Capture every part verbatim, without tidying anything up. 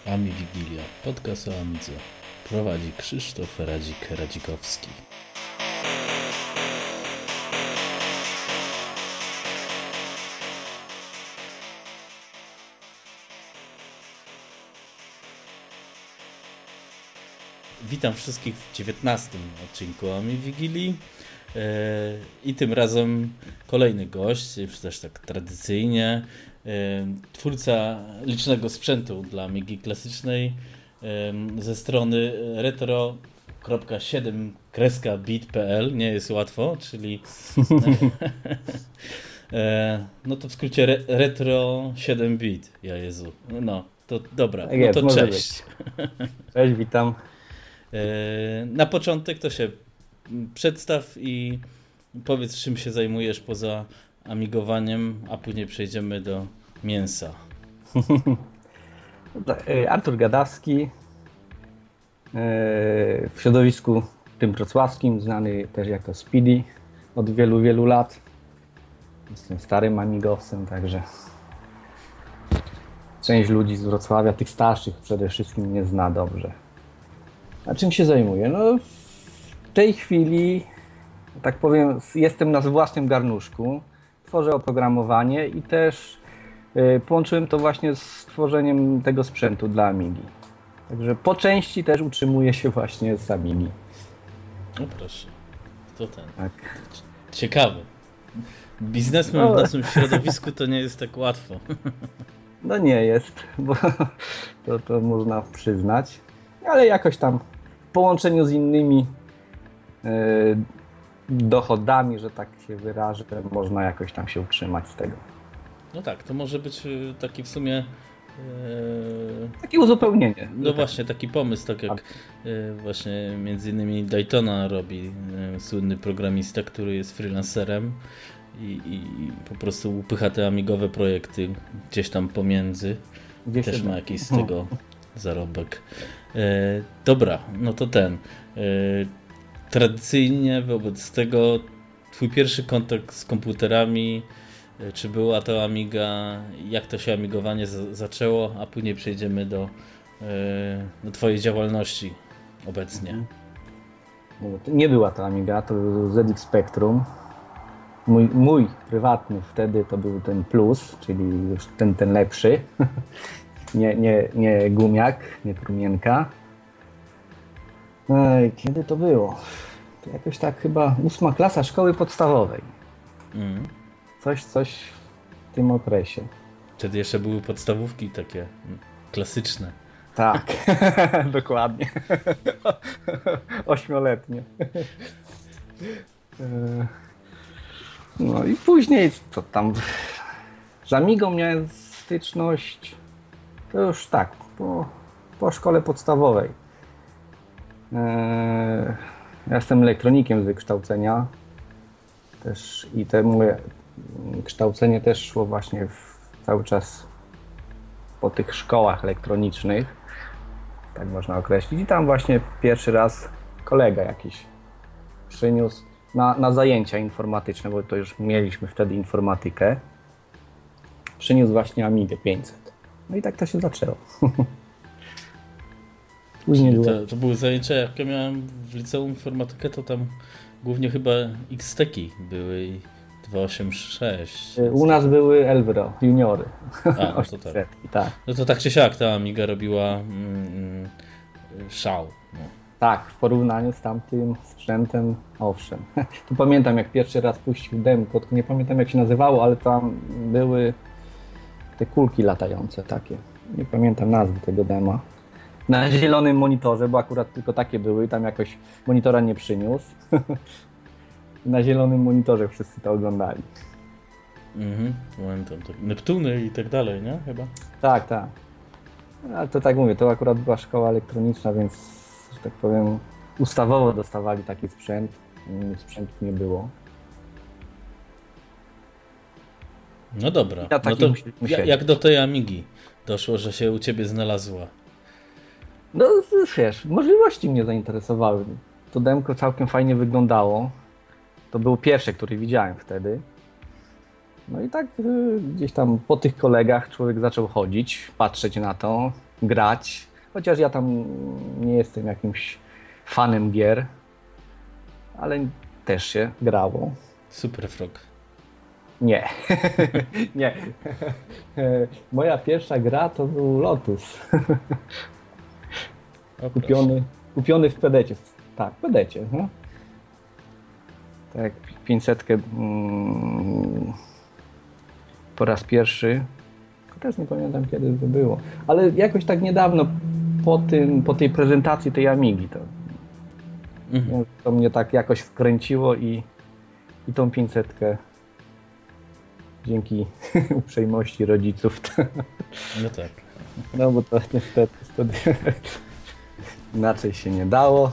Ami Wigilia, podcast o Amidze. Prowadzi Krzysztof Radzik-Radzikowski. Witam wszystkich w dziewiętnastym odcinku Ami Wigilii. I tym razem kolejny gość, już też tak tradycyjnie, twórca licznego sprzętu dla Amigi klasycznej ze strony retro kropka siedem kropka bit kropka p l. Nie jest łatwo, czyli no to w skrócie re, retro siedem bit. Ja Jezu. No to dobra, Tak no jest, to może cześć. być. Cześć, witam. Na początek to się przedstaw i powiedz, czym się zajmujesz poza amigowaniem, a później przejdziemy do mięsa. Artur Gadawski, w środowisku tym wrocławskim, znany też jako Speedy od wielu, wielu lat. Jestem starym amigowcem, także część ludzi z Wrocławia, tych starszych przede wszystkim, mnie zna dobrze. A czym się zajmuję? No, w tej chwili, tak powiem, jestem na własnym garnuszku, tworzę oprogramowanie i też y, połączyłem to właśnie z tworzeniem tego sprzętu dla Amigi. Także po części też utrzymuję się właśnie z Amigi. No proszę, to ten. Tak. Ciekawe. Biznesmen No. w naszym środowisku to nie jest tak łatwo. No nie jest, bo to, to można przyznać, ale jakoś tam w połączeniu z innymi y, dochodami, że tak się wyrażę, można jakoś tam się utrzymać z tego. No tak, to może być taki w sumie e... takie uzupełnienie. No właśnie, taki pomysł, tak jak e, właśnie między innymi Daytona robi e, słynny programista, który jest freelancerem i, i po prostu upycha te amigowe projekty gdzieś tam pomiędzy. Gdzie Też się ma da. jakiś z tego zarobek. E, dobra, no to ten. E, tradycyjnie wobec tego twój pierwszy kontakt z komputerami, e, czy była to Amiga, jak to się amigowanie z- zaczęło, a później przejdziemy do, e, do twojej działalności obecnie. No, to nie była to Amiga, to był Z X Spectrum. Mój, mój prywatny wtedy to był ten Plus, czyli już ten, ten lepszy. nie, nie, nie gumiak, nie trumienka. Ej, kiedy to było? To jakoś tak chyba ósma klasa szkoły podstawowej. Mm. Coś, coś w tym okresie. Wtedy jeszcze były podstawówki takie mm, klasyczne. Tak, dokładnie. Ośmioletnie. No i później, co tam, z Amigą miałem styczność, to już tak, po, po szkole podstawowej. Eee, ja jestem elektronikiem z wykształcenia też i te moje kształcenie też szło właśnie w, cały czas po tych szkołach elektronicznych, tak można określić. I tam właśnie pierwszy raz kolega jakiś przyniósł na, na zajęcia informatyczne, bo to już mieliśmy wtedy informatykę. Przyniósł właśnie Amigę pięćset. No i tak to się zaczęło. Później było... To, to były zajęcia, jak ja miałem w liceum informatykę, to tam głównie chyba X-Teki były i dwieście osiemdziesiąt sześć. U nas były Elvro, juniory. A, no to tak. osiemsetki, tak. No to tak czy siak ta Amiga robiła mm, szał. No. Tak, w porównaniu z tamtym sprzętem, owszem. Tu pamiętam, jak pierwszy raz puścił demko, tylko nie pamiętam, jak się nazywało, ale tam były te kulki latające takie. Nie pamiętam nazwy tego dema. Na zielonym monitorze, bo akurat tylko takie były i tam jakoś monitora nie przyniósł. Na zielonym monitorze wszyscy to oglądali. Mhm, pamiętam. To Neptuny i tak dalej, nie? Chyba. Tak, tak. Ale to tak mówię, to akurat była szkoła elektroniczna, więc, że tak powiem, ustawowo dostawali taki sprzęt. Sprzętu nie było. No dobra. Na No takim to musieliśmy ja, siedzieć. jak do tej Amigi doszło, że się u ciebie znalazła? No wiesz, możliwości mnie zainteresowały. To demko całkiem fajnie wyglądało. To było pierwsze, które widziałem wtedy. No i tak y, gdzieś tam po tych kolegach człowiek zaczął chodzić, patrzeć na to. grać, chociaż ja tam nie jestem jakimś fanem gier, ale też się grało. Super Frog. Nie, nie. Moja pierwsza gra to był Lotus. O, kupiony, kupiony w pedecie. Tak, w pedecie. No. Tak, pięćset mm, po raz pierwszy. Też nie pamiętam kiedy to było. Ale jakoś tak niedawno po, tym, po tej prezentacji tej Amigi to, mhm. to mnie tak jakoś wkręciło i, i tą pięćsetkę dzięki uprzejmości rodziców. To, no tak. No bo to niestety wtedy inaczej się nie dało.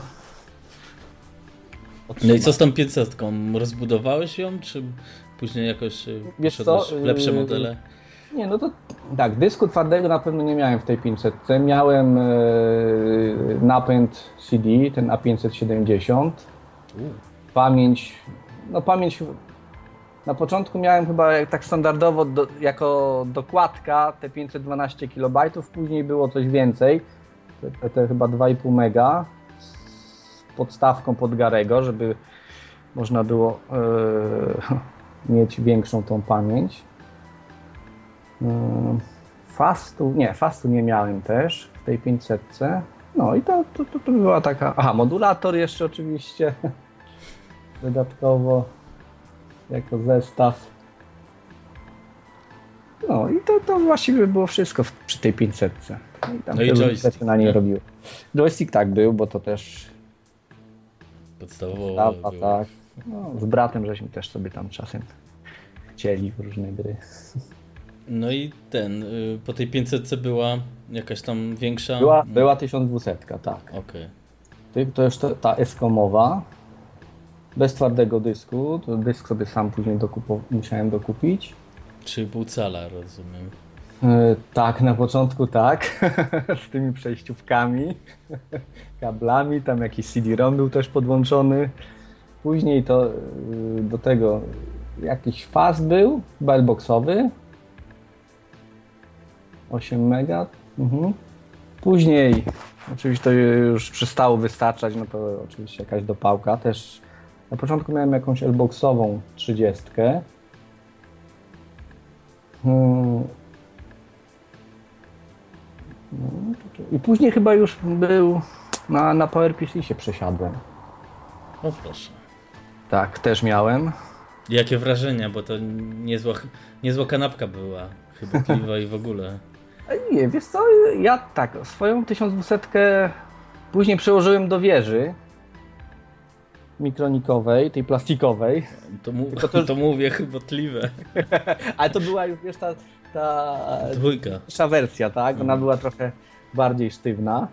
No i co z tą pięćsetką? Rozbudowałeś ją, czy później jakoś poszedłeś w lepsze modele? Nie, no to tak, dysku twardego na pewno nie miałem w tej pięćsetce. Miałem e, napęd C D, ten A pięćset siedemdziesiąt. U. Pamięć, no pamięć na początku miałem chyba tak standardowo do, jako dokładka te pięćset dwanaście kilobajtów, później było coś więcej, te, te chyba dwa i pół mega z podstawką pod Garego, żeby można było e, mieć większą tą pamięć. Fastu, nie, fastu nie miałem też w tej pięćsetce. No i to, to, to, to była taka... Aha, modulator jeszcze oczywiście dodatkowo jako zestaw. No i to, to właściwie było wszystko w, przy tej pięćsetce. I tam no i joystick na niej robiło. Joystick tak był, bo to też podstawowo podstawa, tak. No, z bratem żeśmy też sobie tam czasem chcieli w różne gry. No i ten, po tej pięćsetce była jakaś tam większa? Była, była tysiąc dwieście, tak. Okej. Okay. To już to, ta eskomowa, bez twardego dysku, to dysk sobie sam później dokupu, musiałem dokupić. Czyli pół cala, rozumiem. Yy, tak, na początku tak, z tymi przejściówkami, kablami, tam jakiś C D-ROM był też podłączony. Później to yy, do tego jakiś faz był, bellboxowy. osiem mega. Mhm. Później oczywiście to już przestało wystarczać, no to oczywiście jakaś dopałka też. Na początku miałem jakąś L-boxową trzydziestkę. Hmm. No, i później chyba już był na, na PowerPC się przesiadłem. O proszę. Tak, też miałem. Jakie wrażenia, bo to niezła, niezła kanapka była, chybotliwa i w ogóle. Nie, wiesz co, ja tak, swoją tysiąc dwieście później przełożyłem do wieży mikronikowej, tej plastikowej. To, mu, to, to mówię chybotliwe. Ale to była już, wiesz, ta, ta dwójka. Pierwsza wersja, tak? Ona mhm. była trochę bardziej sztywna.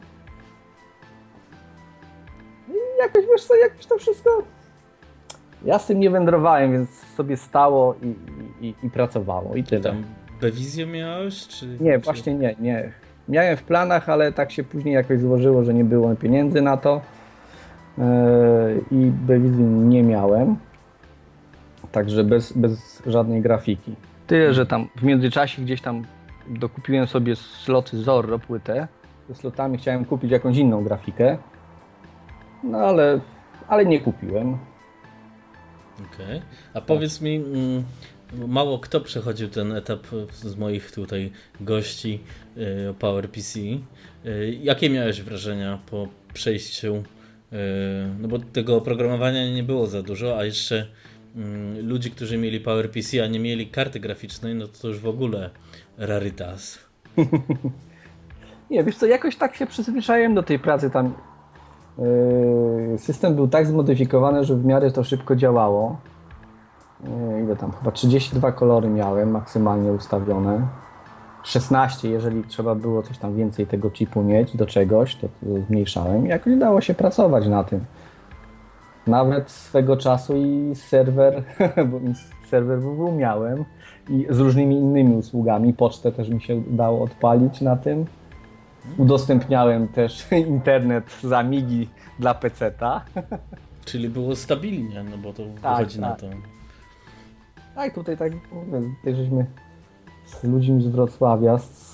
I jakoś, wiesz co, jakoś to wszystko... Ja z tym nie wędrowałem, więc sobie stało i, i, i pracowało i tyle. Tam Bewizję miałeś? Czy, nie, czy... właśnie nie, nie. Miałem w planach, ale tak się później jakoś złożyło, że nie było pieniędzy na to yy, i Bewizji nie miałem. Także bez, bez żadnej grafiki. Tyle, że tam w międzyczasie gdzieś tam dokupiłem sobie sloty Zorro, płytę. Ze slotami chciałem kupić jakąś inną grafikę, no ale, ale nie kupiłem. Okej. Okay. A powiedz mi, mało kto przechodził ten etap z moich tutaj gości o PowerPC. Jakie miałeś wrażenia po przejściu? No bo tego oprogramowania nie było za dużo, a jeszcze ludzi, którzy mieli PowerPC, a nie mieli karty graficznej, no to już w ogóle rarytas. Nie, wiesz co, jakoś tak się przyzwyczaiłem do tej pracy tam. System był tak zmodyfikowany, że w miarę to szybko działało. Ile tam? Chyba trzydzieści dwa kolory miałem maksymalnie ustawione. szesnaście, jeżeli trzeba było coś tam więcej tego chipu mieć do czegoś, to, to zmniejszałem i jakoś dało się pracować na tym. Nawet swego czasu i serwer, bo serwer W W miałem i z różnymi innymi usługami. Pocztę też mi się udało odpalić na tym. Udostępniałem też internet z Amigi dla peceta. Czyli było stabilnie, no bo to tak, wychodzi tak. na to. Tak, tutaj tak mówię, tutaj żeśmy z ludźmi z Wrocławia, z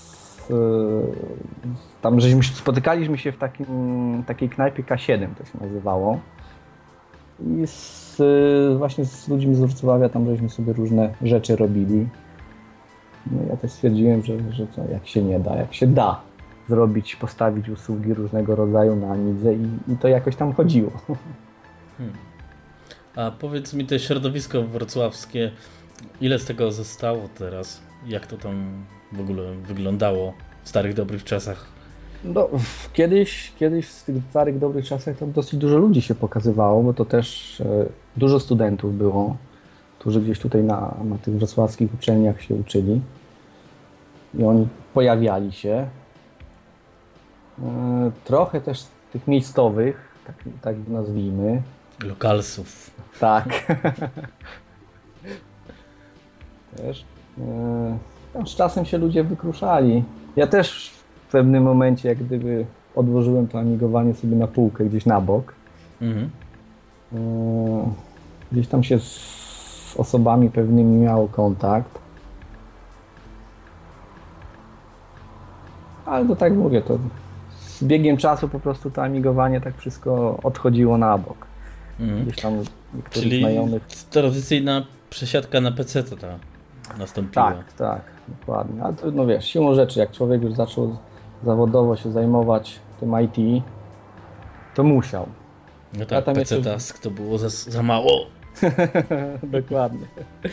tam żeśmy spotykaliśmy się w takim, takiej knajpie K siedem, to się nazywało. I z, właśnie z ludźmi z Wrocławia tam żeśmy sobie różne rzeczy robili. No ja też stwierdziłem, że, że to jak się nie da, jak się da zrobić, postawić usługi różnego rodzaju na Amidze i, i to jakoś tam chodziło. Hmm. A powiedz mi, to środowisko wrocławskie, ile z tego zostało teraz? Jak to tam w ogóle wyglądało w starych, dobrych czasach? No, kiedyś, kiedyś w tych starych, dobrych czasach to dosyć dużo ludzi się pokazywało, bo to też e, dużo studentów było, którzy gdzieś tutaj na, na tych wrocławskich uczelniach się uczyli i oni pojawiali się. E, trochę też tych miejscowych, tak, tak nazwijmy. Lokalsów. Tak. Też. E, tam z czasem się ludzie wykruszali. Ja też w pewnym momencie, jak gdyby odłożyłem to amigowanie sobie na półkę gdzieś na bok. Mhm. E, gdzieś tam się z osobami pewnymi miało kontakt. Ale to tak mówię, to z biegiem czasu po prostu to amigowanie tak wszystko odchodziło na bok. Mhm. Gdzieś tam niektórych Czyli znajomych. tradycyjna przesiadka na P C to ta nastąpiła. Tak, tak, dokładnie. Ale to, no wiesz, siłą rzeczy, jak człowiek już zaczął zawodowo się zajmować tym I T, to musiał. No tak, ja P C Task jeszcze... to było za, za mało. Dokładnie.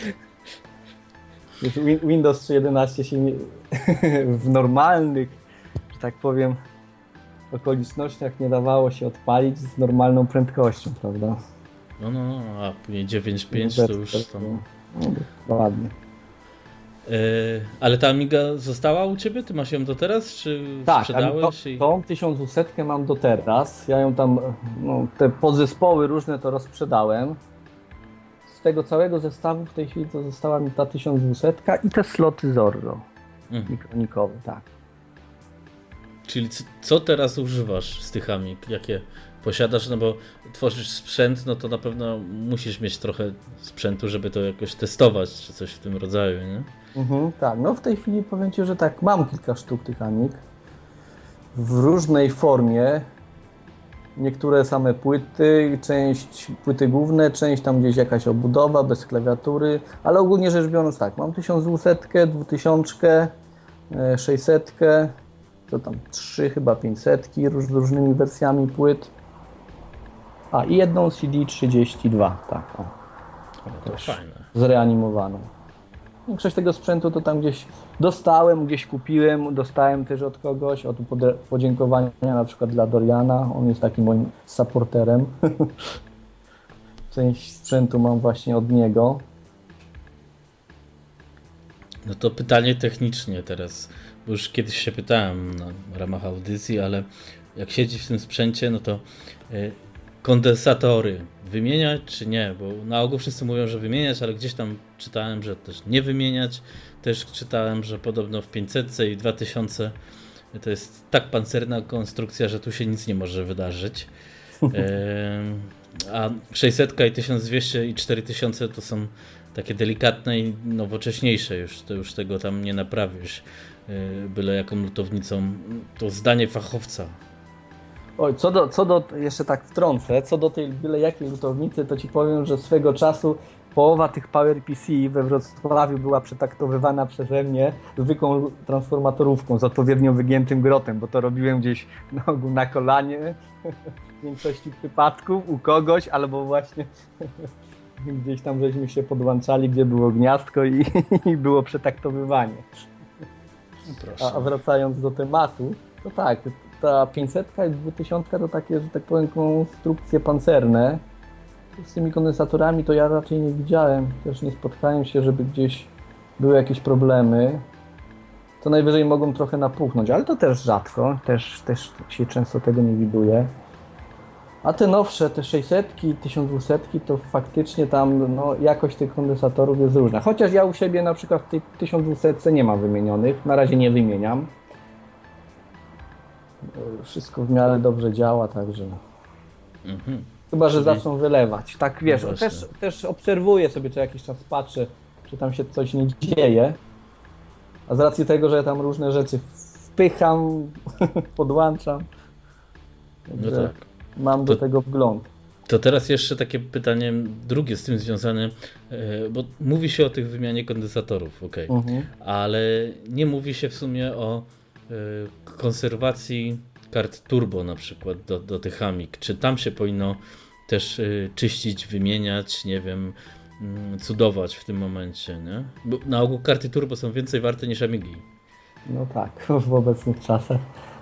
Już Windows trzysta jedenaście się nie... w normalnych, że tak powiem, okolicznościach nie dawało się odpalić z normalną prędkością, prawda? No, no, no, a później dziewięć pięć to już tam... No, dokładnie. Yy, ale ta Amiga została u Ciebie? Ty masz ją do teraz, czy tak, sprzedałeś? Tak, tą tysiąc dwuset mam do teraz. Ja ją tam, no, te podzespoły różne to rozprzedałem. Z tego całego zestawu w tej chwili to została mi ta tysiąc dwuset i te sloty Zorro mhm. mikronikowe, tak. Czyli co teraz używasz z tych Amig? Jakie posiadasz? No bo tworzysz sprzęt, no to na pewno musisz mieć trochę sprzętu, żeby to jakoś testować, czy coś w tym rodzaju, nie? Mhm, tak, no w tej chwili powiem Ci, że tak, mam kilka sztuk tych Amig w różnej formie. Niektóre same płyty, część płyty główne, część tam gdzieś jakaś obudowa, bez klawiatury, ale ogólnie rzecz biorąc tak, mam tysiąc dwuset, dwutysiąc, sześćset, to tam trzy chyba pięćset z różnymi wersjami płyt. A i jedną C D trzydzieści dwa, tak. O, to też fajne. Zreanimowaną. Większość tego sprzętu to tam gdzieś dostałem, gdzieś kupiłem, dostałem też od kogoś, od podziękowania na przykład dla Doriana, on jest takim moim supporterem. Część sprzętu mam właśnie od niego. No to pytanie technicznie teraz, bo już kiedyś się pytałem na ramach audycji, ale jak siedzi w tym sprzęcie, no to yy, kondensatory wymieniać czy nie? Bo na ogół wszyscy mówią, że wymieniać, ale gdzieś tam czytałem, że też nie wymieniać. Też czytałem, że podobno w pięćset i dwa tysiące to jest tak pancerna konstrukcja, że tu się nic nie może wydarzyć. A sześćset i tysiąc dwieście i cztery tysiące to są takie delikatne i nowocześniejsze już. To już tego tam nie naprawisz byle jaką lutownicą. To zdanie fachowca. Oj, co do, co do, jeszcze tak wtrącę, co do tej byle jakiej lutownicy, to Ci powiem, że swego czasu połowa tych PowerPC we Wrocławiu była przetaktowywana przeze mnie zwykłą transformatorówką z odpowiednio wygiętym grotem, bo to robiłem gdzieś na ogół na kolanie w większości przypadków u kogoś, albo właśnie gdzieś tam żeśmy się podłączali, gdzie było gniazdko i, i było przetaktowywanie. A, a wracając do tematu, to tak, ta pięćset i dwutysiące to takie, że tak powiem, konstrukcje pancerne. Z tymi kondensatorami to ja raczej nie widziałem, też nie spotkałem się, żeby gdzieś były jakieś problemy. To najwyżej mogą trochę napuchnąć, ale to też rzadko, też, też się często tego nie widuje. A te nowsze, te sześćset, tysiąc dwieście to faktycznie tam no, jakość tych kondensatorów jest różna. Chociaż ja u siebie na przykład w tej tysiąc dwieście nie mam wymienionych, na razie nie wymieniam. Wszystko w miarę dobrze działa, także... Mhm. Chyba, że Czyli... zaczną wylewać. Tak, wiesz, no też, też obserwuję sobie, co jakiś czas patrzę, czy tam się coś nie dzieje. A z racji tego, że ja tam różne rzeczy wpycham, podłączam. No tak. Mam do to, tego wgląd. To teraz jeszcze takie pytanie drugie z tym związane, bo mówi się o tych wymianie kondensatorów, okej, okay. mhm. ale nie mówi się w sumie o konserwacji kart turbo na przykład do, do tych Amig. Czy tam się powinno też czyścić, wymieniać, nie wiem, cudować w tym momencie, nie? Bo na ogół karty turbo są więcej warte niż Amigi. No tak, w obecnych czasach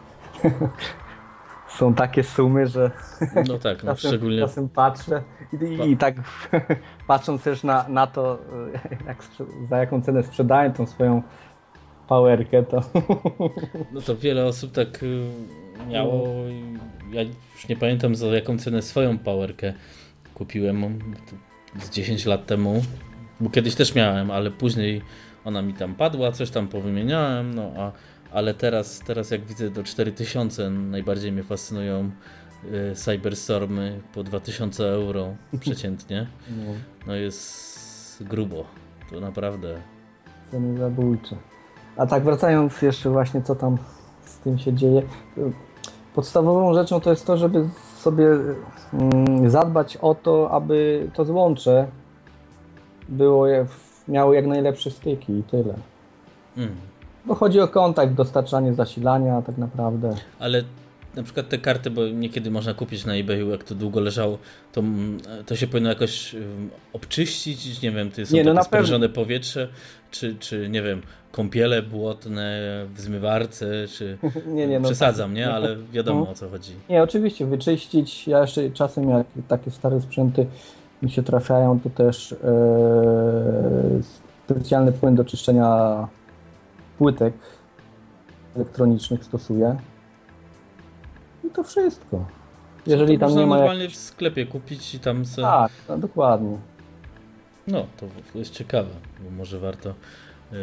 są takie sumy, że no tak, no czasem, szczególnie czasem patrzę i, i tak patrząc też na, na to, jak, za jaką cenę sprzedają tą swoją powerkę, to no to wiele osób tak miało. Ja już nie pamiętam, za jaką cenę swoją powerkę kupiłem z dziesięć lat temu, bo kiedyś też miałem, ale później ona mi tam padła, coś tam powymieniałem, no a ale teraz, teraz jak widzę do cztery tysiące najbardziej mnie fascynują y, Cyberstormy po dwa tysiące euro przeciętnie. No. no jest grubo, to naprawdę. Ceny zabójcze. A tak wracając jeszcze właśnie co tam z tym się dzieje. Podstawową rzeczą to jest to, żeby sobie mm, zadbać o to, aby to złącze było, miało jak najlepsze styki i tyle. Mm. Bo chodzi o kontakt, dostarczanie zasilania tak naprawdę. Ale na przykład te karty, bo niekiedy można kupić na eBayu, jak to długo leżało, to, to się powinno jakoś obczyścić, nie wiem, to są nie, no takie sprężone powietrze, czy, czy nie wiem, kąpiele błotne w zmywarce, czy nie, nie, no przesadzam, tak, nie? Ale wiadomo no. o co chodzi. Nie, oczywiście, wyczyścić. Ja jeszcze czasem jak takie stare sprzęty mi się trafiają, to też e, specjalny płyn do czyszczenia płytek elektronicznych stosuję. I to wszystko. Jeżeli to tam nie ma normalnie jak... w sklepie kupić i tam se... Tak, no, dokładnie. No, to jest ciekawe, bo może warto y,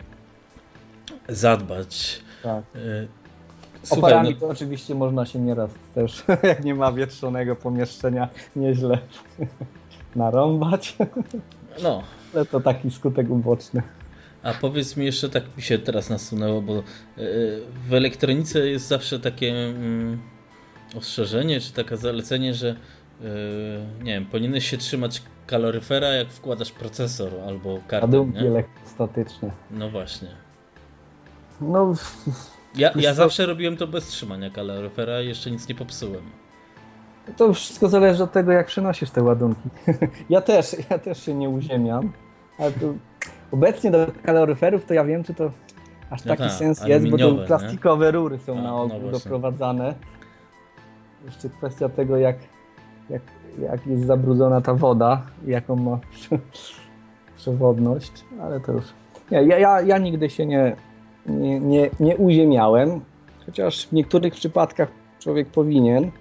zadbać. Tak. Y, słuchaj, Oparami no... to oczywiście można się nieraz też, jak nie ma wietrzonego pomieszczenia, nieźle narąbać. No. Ale to taki skutek uboczny. A powiedz mi jeszcze, tak mi się teraz nasunęło, bo w elektronice jest zawsze takie mm, ostrzeżenie, czy takie zalecenie, że yy, nie wiem, powinieneś się trzymać kaloryfera, jak wkładasz procesor albo kartę. Ładunki elektrostatyczne. No właśnie. No, ja ja zawsze robiłem to bez trzymania kaloryfera i jeszcze nic nie popsułem. To wszystko zależy od tego, jak przenosisz te ładunki. ja też, ja też się nie uziemiam, ale to obecnie do kaloryferów to ja wiem, czy to aż taki no ta, sens jest, bo to plastikowe nie? rury są A, na ogół no doprowadzane. Jeszcze kwestia tego, jak, jak, jak jest zabrudzona ta woda i jaką ma przewodność, ale to już... Nie, ja, ja, ja nigdy się nie, nie, nie, nie uziemiałem, chociaż w niektórych przypadkach człowiek powinien,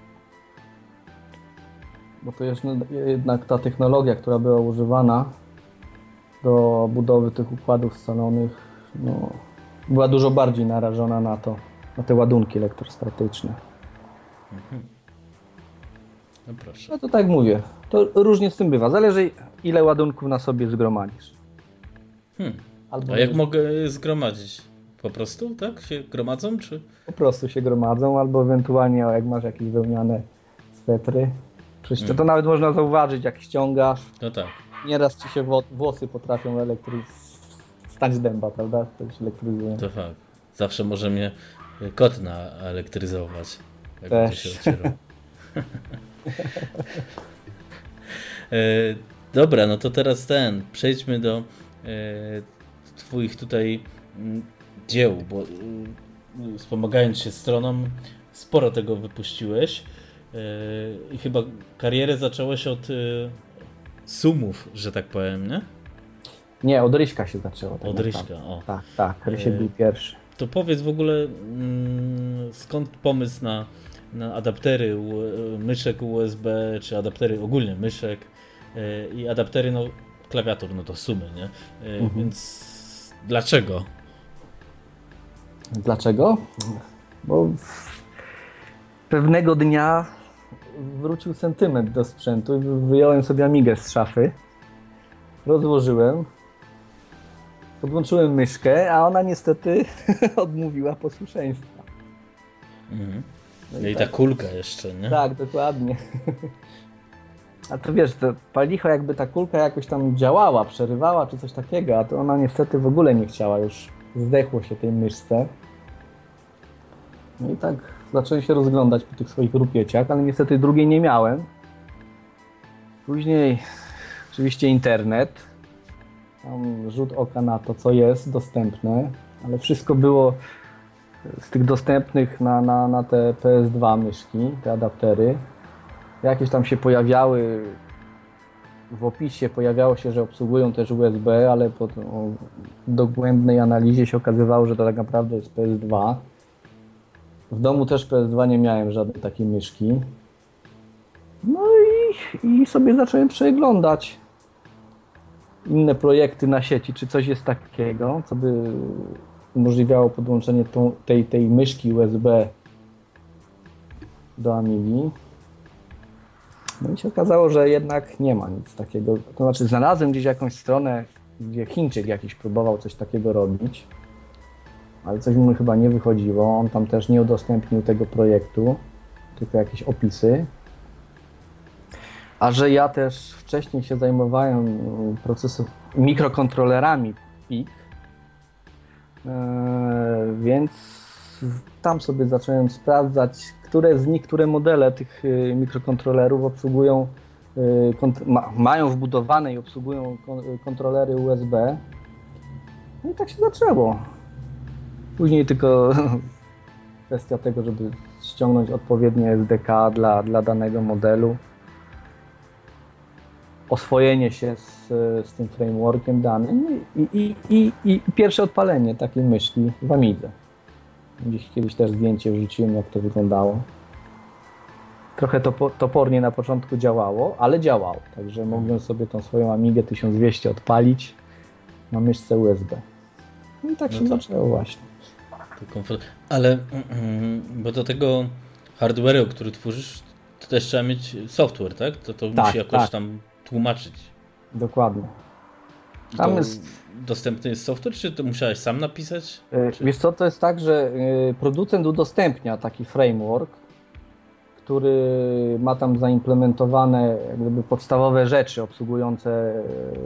bo to jest jednak ta technologia, która była używana do budowy tych układów scalonych, no, była dużo bardziej narażona na to, na te ładunki elektrostatyczne. Mhm. No proszę. No to tak mówię, to różnie z tym bywa. Zależy, ile ładunków na sobie zgromadzisz. Hmm. Albo A jak mogę zgromadzić? Po prostu, tak? Się gromadzą, czy? Po prostu się gromadzą, albo ewentualnie jak masz jakieś wełniane swetry. Przecież hmm. to nawet można zauważyć, jak ściągasz. No tak. Nieraz ci się włosy potrafią elektryz... stać z dęba, prawda? To się elektryzuje. To fakt. Zawsze może mnie kot naelektryzować. Jak będzie się ocierał. e, dobra, no to teraz ten. Przejdźmy do e, twoich tutaj m, dzieł, bo e, wspomagając się stroną, sporo tego wypuściłeś. E, I chyba karierę zacząłeś od e, sumów, że tak powiem, nie? Nie, od Ryśka się zaczęło. Tak od Ryśka, o. Tak, tak, Rysiek był pierwszy. To powiedz w ogóle, mm, skąd pomysł na, na adaptery u, myszek U S B, czy adaptery ogólnie myszek yy, i adaptery, no klawiatur, no to sumy, nie? Yy, mhm. Więc dlaczego? Dlaczego? Bo pewnego dnia wrócił sentyment do sprzętu i wyjąłem sobie Amigę z szafy, rozłożyłem podłączyłem myszkę, a ona niestety odmówiła posłuszeństwa. Mhm. No i, I tak, ta kulka jeszcze, nie? Tak, dokładnie. A to wiesz, to palicho jakby ta kulka jakoś tam działała, przerywała czy coś takiego, a to ona niestety w ogóle nie chciała, już zdechło się tej myszce. No i tak zacząłem się rozglądać po tych swoich rupieciach, ale niestety drugiej nie miałem. Później oczywiście internet, tam rzut oka na to, co jest dostępne, ale wszystko było z tych dostępnych na, na, na te P S dwa myszki, te adaptery. Jakieś tam się pojawiały, w opisie pojawiało się, że obsługują też U S B, ale po dogłębnej analizie się okazywało, że to tak naprawdę jest P S dwa. W domu też P S dwa nie miałem żadnej takiej myszki. No i, i sobie zacząłem przeglądać inne projekty na sieci, czy coś jest takiego, co by umożliwiało podłączenie tą, tej, tej myszki U S B do Amigi. No i się okazało, że jednak nie ma nic takiego. To znaczy znalazłem gdzieś jakąś stronę, gdzie Chińczyk jakiś próbował coś takiego robić, ale coś mu chyba nie wychodziło. On tam też nie udostępnił tego projektu, tylko jakieś opisy. A że ja też wcześniej się zajmowałem procesor, mikrokontrolerami P I C, yy, więc tam sobie zacząłem sprawdzać, które z nich, które modele tych yy, mikrokontrolerów obsługują, yy, kont- ma, mają wbudowane i obsługują kon- kontrolery U S B. No i tak się zaczęło. Później tylko kwestia tego, żeby ściągnąć odpowiednie S D K dla, dla danego modelu. Oswojenie się z, z tym frameworkiem danym i, i, i, i pierwsze odpalenie takiej myszki w Amidze. Gdzieś kiedyś też zdjęcie wrzuciłem, jak to wyglądało. Trochę to topornie na początku działało, ale działało. Także mogłem sobie tą swoją Amigę tysiąc dwieście odpalić na myszce U S B. No i tak się no to, zaczęło właśnie. Ale bo do tego hardware'u, który tworzysz, to też trzeba mieć software, tak? To, to tak, musi jakoś tak. tam tłumaczyć. Dokładnie. Tam jest... Dostępny jest software, czy to musiałeś sam napisać? Czy... Wiesz co, to jest tak, że producent udostępnia taki framework, który ma tam zaimplementowane jakby podstawowe rzeczy obsługujące,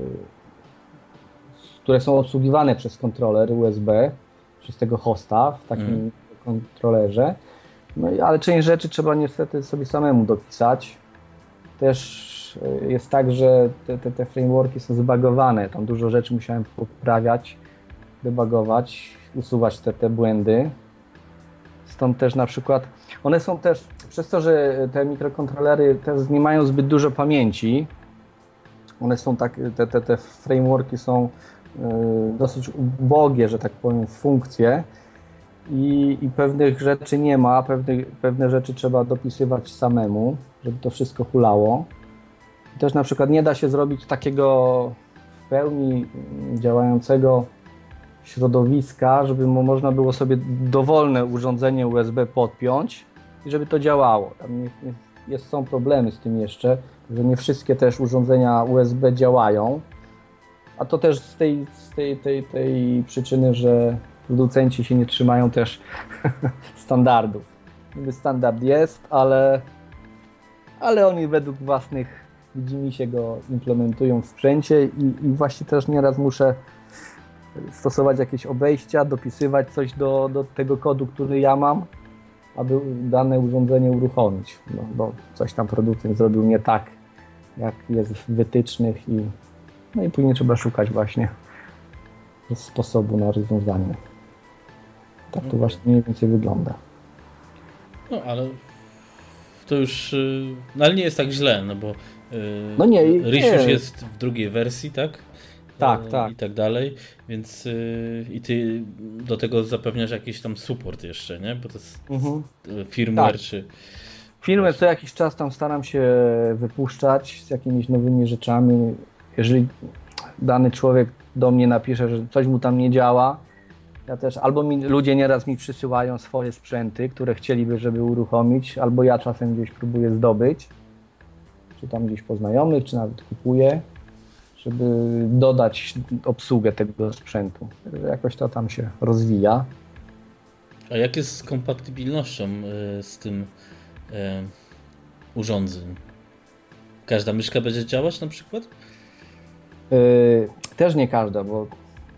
które są obsługiwane przez kontroler U S B, przez tego hosta w takim mm. kontrolerze. No, ale część rzeczy trzeba niestety sobie samemu dopisać. Też jest tak, że te, te, te frameworki są zbagowane. Tam dużo rzeczy musiałem poprawiać, debugować, usuwać te, te błędy. Stąd też na przykład one są też, przez to, że te mikrokontrolery też nie mają zbyt dużo pamięci, one są tak, te, te, te frameworki są y, dosyć ubogie, że tak powiem, w funkcje i, i pewnych rzeczy nie ma, pewne, pewne rzeczy trzeba dopisywać samemu, żeby to wszystko hulało. I też na przykład nie da się zrobić takiego w pełni działającego środowiska, żeby można było sobie dowolne urządzenie U S B podpiąć i żeby to działało. Tam nie, nie, jest, są problemy z tym jeszcze, że nie wszystkie też urządzenia U S B działają, a to też z tej, z tej, tej, tej przyczyny, że producenci się nie trzymają też standardów. Niby standard jest, ale, ale oni według własnych widzimisię go implementują w sprzęcie i, i właśnie też nieraz muszę stosować jakieś obejścia, dopisywać coś do, do tego kodu, który ja mam, aby dane urządzenie uruchomić. No, bo coś tam producent zrobił nie tak, jak jest w wytycznych i, no i później trzeba szukać właśnie sposobu na rozwiązanie. Tak to właśnie mniej więcej wygląda. No ale to już, no ale nie jest tak źle, no bo no nie, Ryś już jest w drugiej wersji, tak? Tak, tak. I tak dalej, więc yy, i ty do tego zapewniasz jakiś tam support jeszcze, nie? Bo to jest mhm. firmware tak. czy... Firmware co jakiś czas tam staram się wypuszczać z jakimiś nowymi rzeczami. Jeżeli dany człowiek do mnie napisze, że coś mu tam nie działa, ja też, albo mi, ludzie nieraz mi przysyłają swoje sprzęty, które chcieliby, żeby uruchomić, albo ja czasem gdzieś próbuję zdobyć, czy tam gdzieś po znajomych, czy nawet kupuję. żeby dodać obsługę tego sprzętu. Jakoś to tam się rozwija. A jak jest z kompatybilnością z tym urządzeń? Każda myszka będzie działać na przykład? Yy, też nie każda, bo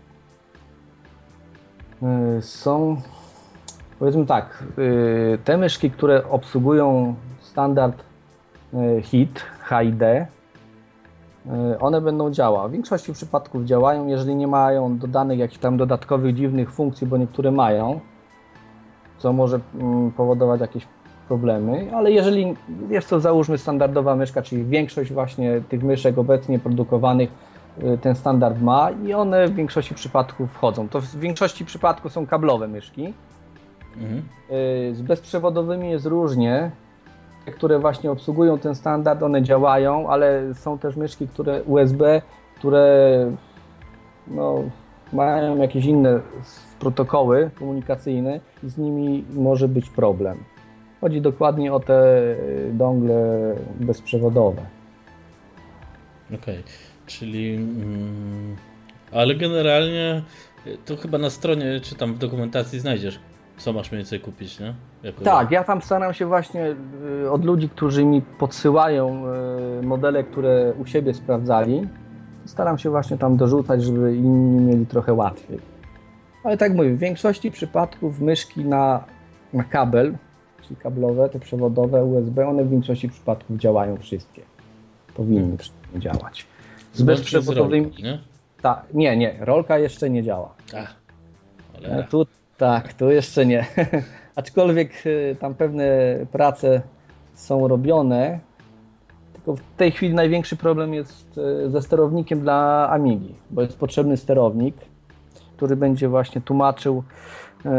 yy, są, powiedzmy tak, yy, te myszki, które obsługują standard yy, H I D, H I D, yy, one będą działały. W większości przypadków działają, jeżeli nie mają dodanych jakichś tam dodatkowych dziwnych funkcji, bo niektóre mają, co może yy, powodować jakieś problemy, ale jeżeli jest to, załóżmy, standardowa myszka, czyli większość właśnie tych myszek obecnie produkowanych ten standard ma i one w większości przypadków wchodzą. To w większości przypadków są kablowe myszki. Mhm. Z bezprzewodowymi jest różnie. Te, które właśnie obsługują ten standard, one działają, ale są też myszki, które U S B, które no, mają jakieś inne protokoły komunikacyjne i z nimi może być problem. Chodzi dokładnie o te dongle bezprzewodowe. Okej, okay. Czyli... Mm, ale generalnie to chyba na stronie, czy tam w dokumentacji znajdziesz, co masz mniej więcej kupić, nie? Jako tak, ja tam staram się właśnie od ludzi, którzy mi podsyłają modele, które u siebie sprawdzali, staram się właśnie tam dorzucać, żeby inni mieli trochę łatwiej. Ale tak mówię, w większości przypadków myszki na, na kabel, czyli kablowe, te przewodowe, U S B, one w większości przypadków działają wszystkie. Powinny hmm. działać. Z bezprzewodowymi... Nie? Ta, nie, nie, rolka jeszcze nie działa. A, ale... tu, tak, tu jeszcze nie. Aczkolwiek tam pewne prace są robione, tylko w tej chwili największy problem jest ze sterownikiem dla Amigi, bo jest potrzebny sterownik, który będzie właśnie tłumaczył e,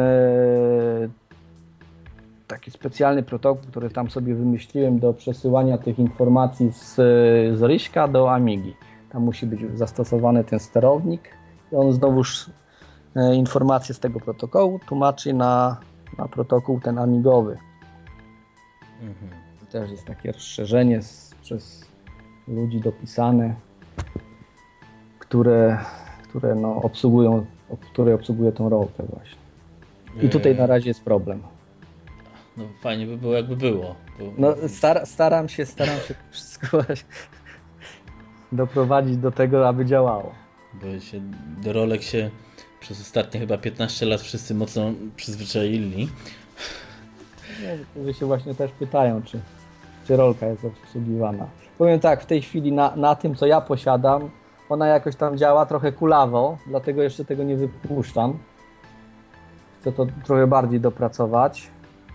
taki specjalny protokół, który tam sobie wymyśliłem do przesyłania tych informacji z, z Ryśka do Amigi. Tam musi być zastosowany ten sterownik i on znowuż e, informacje z tego protokołu tłumaczy na, na protokół ten amigowy. Mhm. To też jest takie rozszerzenie z, przez ludzi dopisane, które, które no, obsługują, które obsługuje tą rolkę właśnie. I tutaj na razie jest problem. No fajnie by było, jakby było. Bo... No star, staram się, staram się wszystko doprowadzić do tego, aby działało. Bo się do rolek się przez ostatnie chyba piętnaście lat wszyscy mocno przyzwyczaili. Niektórzy się właśnie też pytają, czy, czy rolka jest obsługiwana. Powiem tak, w tej chwili na, na tym, co ja posiadam, ona jakoś tam działa trochę kulawo, dlatego jeszcze tego nie wypuszczam. Chcę to trochę bardziej dopracować.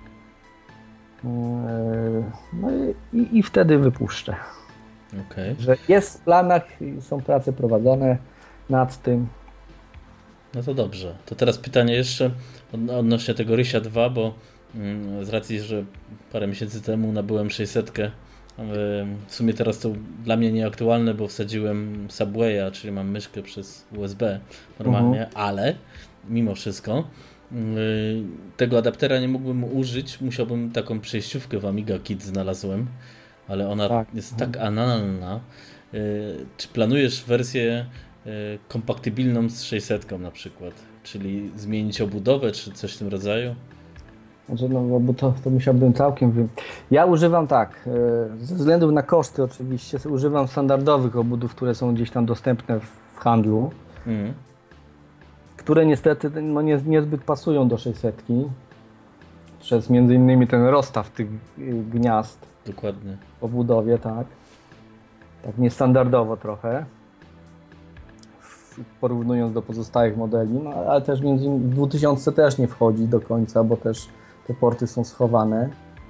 No i, i, i wtedy wypuszczę. Okay. Że jest w planach i są prace prowadzone nad tym. No to dobrze. To teraz pytanie jeszcze odnośnie tego Rysia dwa, bo z racji, że parę miesięcy temu nabyłem sześćset, w sumie teraz to dla mnie nieaktualne, bo wsadziłem Subwaya, czyli mam myszkę przez U S B normalnie, uh-huh. ale mimo wszystko tego adaptera nie mógłbym użyć, musiałbym taką przejściówkę w Amiga Kit znalazłem, ale ona tak. jest tak analna. Czy planujesz wersję kompatybilną z sześćset na przykład? Czyli zmienić obudowę, czy coś w tym rodzaju? Znaczy, no, bo to, to musiałbym całkiem... Wy... Ja używam tak, ze względu na koszty oczywiście, używam standardowych obudów, które są gdzieś tam dostępne w handlu. Mm. Które niestety no, nie, niezbyt pasują do sześćset przez między innymi ten rozstaw tych gniazd. Dokładnie. W obudowie, tak. Tak niestandardowo trochę, porównując do pozostałych modeli, no, ale też między innymi w dwutysięcznym też nie wchodzi do końca, bo też te porty są schowane.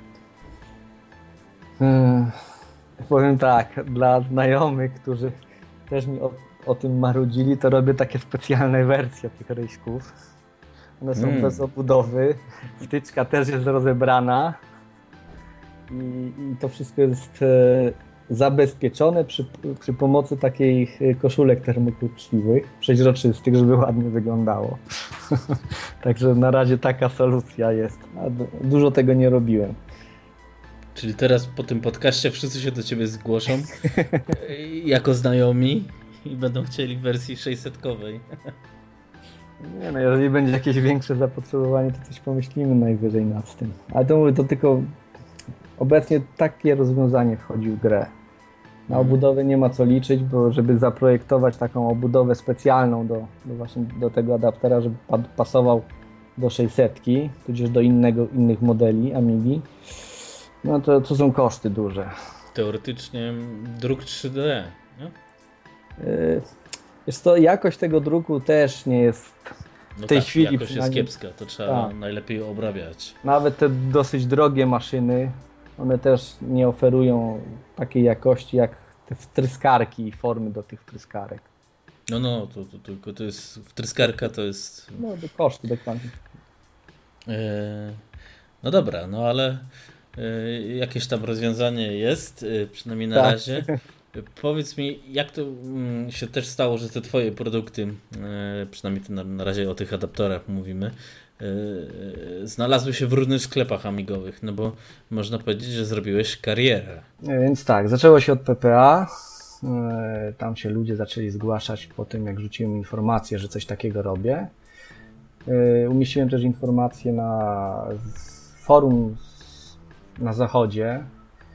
Hmm. Powiem tak, dla znajomych, którzy też mi o o tym marudzili, to robię takie specjalne wersje tych ryśków. One są mm. bez obudowy, wtyczka też jest rozebrana i, i to wszystko jest e, zabezpieczone przy, przy pomocy takich koszulek termokurczliwych, przeźroczystych, żeby ładnie wyglądało. Także na razie taka solucja jest. A dużo tego nie robiłem. Czyli teraz po tym podcaście wszyscy się do ciebie zgłoszą jako znajomi i będą chcieli w wersji sześćsetkowej. Nie no, jeżeli będzie jakieś większe zapotrzebowanie, to coś pomyślimy najwyżej nad tym. Ale to mówię, to tylko obecnie takie rozwiązanie wchodzi w grę. Na obudowę nie ma co liczyć, bo żeby zaprojektować taką obudowę specjalną do, do właśnie do tego adaptera, żeby pasował do sześćsetki, tudzież do innego, innych modeli Amigi, no to, to są koszty duże. Teoretycznie druk trzy D, nie? Yy, jest to, jakość tego druku też nie jest w no tej tak, chwili jakość jest kiepska, to trzeba tak. najlepiej obrabiać. Nawet te dosyć drogie maszyny, one też nie oferują takiej jakości jak te wtryskarki i formy do tych wtryskarek. No, no, to, to, tylko to jest, wtryskarka to jest... No, do koszty dokładnie. Yy, no dobra, no ale yy, jakieś tam rozwiązanie jest, yy, przynajmniej na tak. razie. Powiedz mi, jak to mm, się też stało, że te twoje produkty, yy, przynajmniej na, na razie o tych adapterach mówimy, Yy, znalazły się w różnych sklepach amigowych, no bo można powiedzieć, że zrobiłeś karierę. Więc tak, zaczęło się od P P A, yy, tam się ludzie zaczęli zgłaszać po tym, jak rzuciłem informację, że coś takiego robię. Yy, umieściłem też informację na forum na zachodzie,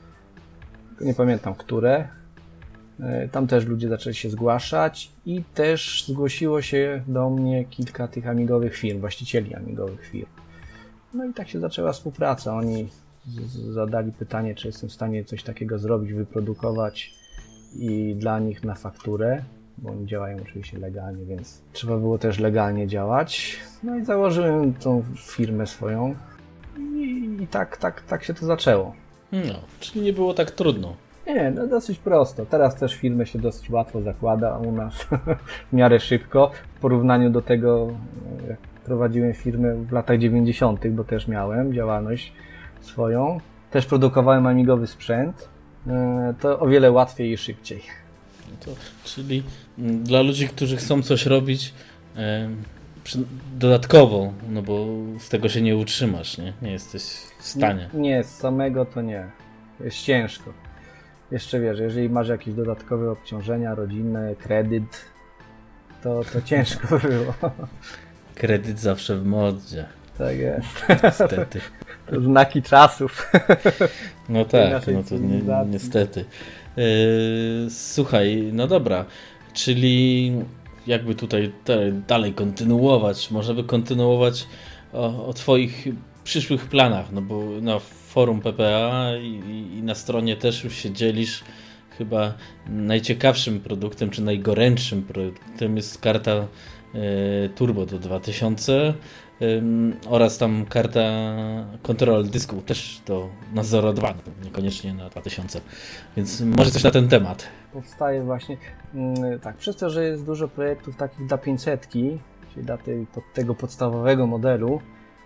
nie pamiętam które. Tam też ludzie zaczęli się zgłaszać i też zgłosiło się do mnie kilka tych amigowych firm, właścicieli amigowych firm. No i tak się zaczęła współpraca. Oni z- zadali pytanie, czy jestem w stanie coś takiego zrobić, wyprodukować i dla nich na fakturę, bo oni działają oczywiście legalnie, więc trzeba było też legalnie działać. No i założyłem tą firmę swoją i, i tak, tak, tak się to zaczęło. No, czyli nie było tak trudno. Nie, no dosyć prosto. Teraz też firmę się dosyć łatwo zakłada u nas w miarę szybko w porównaniu do tego, jak prowadziłem firmę w latach dziewięćdziesiątych, bo też miałem działalność swoją. Też produkowałem amigowy sprzęt. To o wiele łatwiej i szybciej. No to, czyli dla ludzi, którzy chcą coś robić e, przy, dodatkowo, no bo z tego się nie utrzymasz, nie? Nie jesteś w stanie. Nie, nie, z samego to nie. Jest ciężko. Jeszcze wiesz, jeżeli masz jakieś dodatkowe obciążenia rodzinne, kredyt, to, to ciężko by było. Kredyt zawsze w modzie. Tak jest. Niestety. To znaki czasów. No tak, no to ni niestety. Yy, słuchaj, no dobra, czyli jakby tutaj dalej kontynuować, można by kontynuować o, o twoich przyszłych planach, no bo na forum P P A i, i na stronie też już się dzielisz chyba najciekawszym produktem, czy najgorętszym produktem jest karta y, Turbo do dwa tysiące y, oraz tam karta Control dysku też do na zero dwa, niekoniecznie na dwa tysiące, więc może coś na ten temat. Powstaje właśnie, yy, tak, przez to, że jest dużo projektów takich dla pięćsetki, czyli dla tej, pod, tego podstawowego modelu,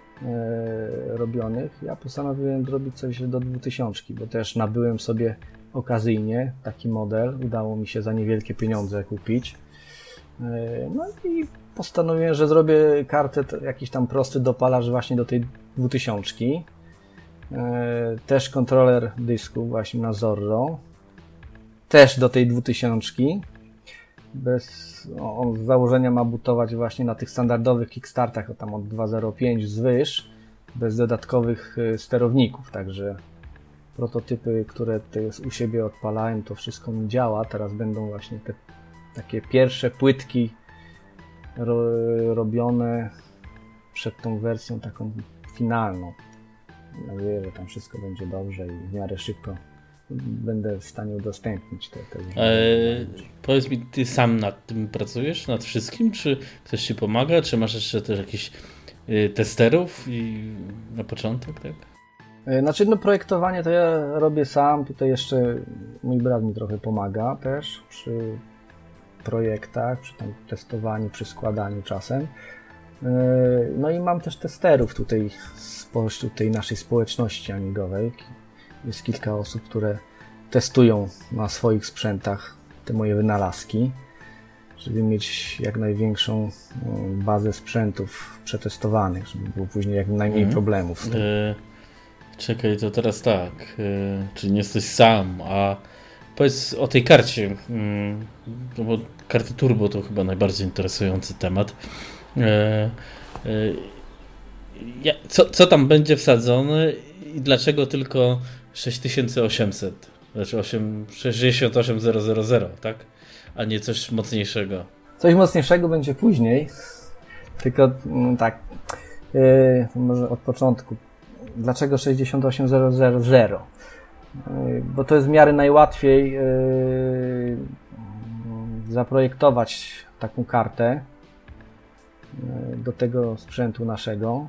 E, robionych, ja postanowiłem zrobić coś do dwutysięczki, bo też nabyłem sobie okazyjnie taki model, udało mi się za niewielkie pieniądze kupić. E, no i postanowiłem, że zrobię kartę, jakiś tam prosty dopalacz właśnie do tej dwutysięczki. E, też kontroler dysku właśnie na Zorro, też do tej dwutysięczki. Bez, on z założenia ma butować właśnie na tych standardowych kickstartach, tam od dwa zero pięć zwyż, bez dodatkowych sterowników, także prototypy, które u siebie odpalałem, to wszystko mi działa. Teraz będą właśnie te takie pierwsze płytki ro, robione przed tą wersją taką finalną. Mam nadzieję, że tam wszystko będzie dobrze i w miarę szybko będę w stanie udostępnić te, te eee, powiedz mi, ty sam nad tym pracujesz, nad wszystkim, czy ktoś ci pomaga, czy masz jeszcze też jakichś y, testerów i na początek, tak? Znaczy, no projektowanie to ja robię sam, tutaj jeszcze mój brat mi trochę pomaga też przy projektach, przy tam testowaniu, przy składaniu czasem. No i mam też testerów tutaj spośród tej naszej społeczności amigowej. Jest kilka osób, które testują na swoich sprzętach te moje wynalazki, żeby mieć jak największą bazę sprzętów przetestowanych, żeby było później jak najmniej mm. problemów z tym. E, czekaj, to teraz tak, e, czyli nie jesteś sam, a powiedz o tej karcie, no bo karty turbo to chyba najbardziej interesujący temat. Co, co tam będzie wsadzone i dlaczego tylko sześć tysięcy osiemset, znaczy sześćdziesiąt osiem tysięcy, tak? A nie coś mocniejszego? Coś mocniejszego będzie później, tylko tak, yy, może od początku. Dlaczego sześćdziesiąt osiem tysięcy? Yy, bo to jest w miarę najłatwiej yy, zaprojektować taką kartę yy, do tego sprzętu naszego.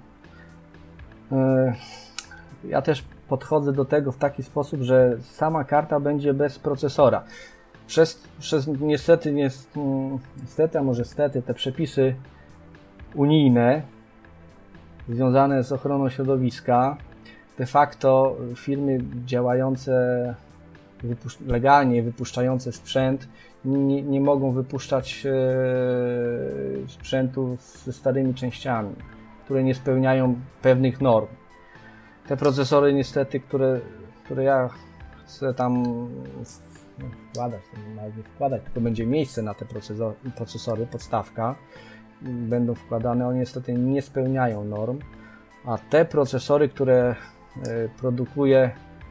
Yy, ja też podchodzę do tego w taki sposób, że sama karta będzie bez procesora. Przez, przez niestety, niestety, a może stety, te przepisy unijne związane z ochroną środowiska, de facto firmy działające wypusz- legalnie, wypuszczające sprzęt nie, nie mogą wypuszczać e, sprzętu ze starymi częściami, które nie spełniają pewnych norm. Te procesory niestety, które, które ja chcę tam wkładać, nawet nie wkładać, tylko będzie miejsce na te procesory, podstawka, będą wkładane, one niestety nie spełniają norm, a te procesory, które produkuje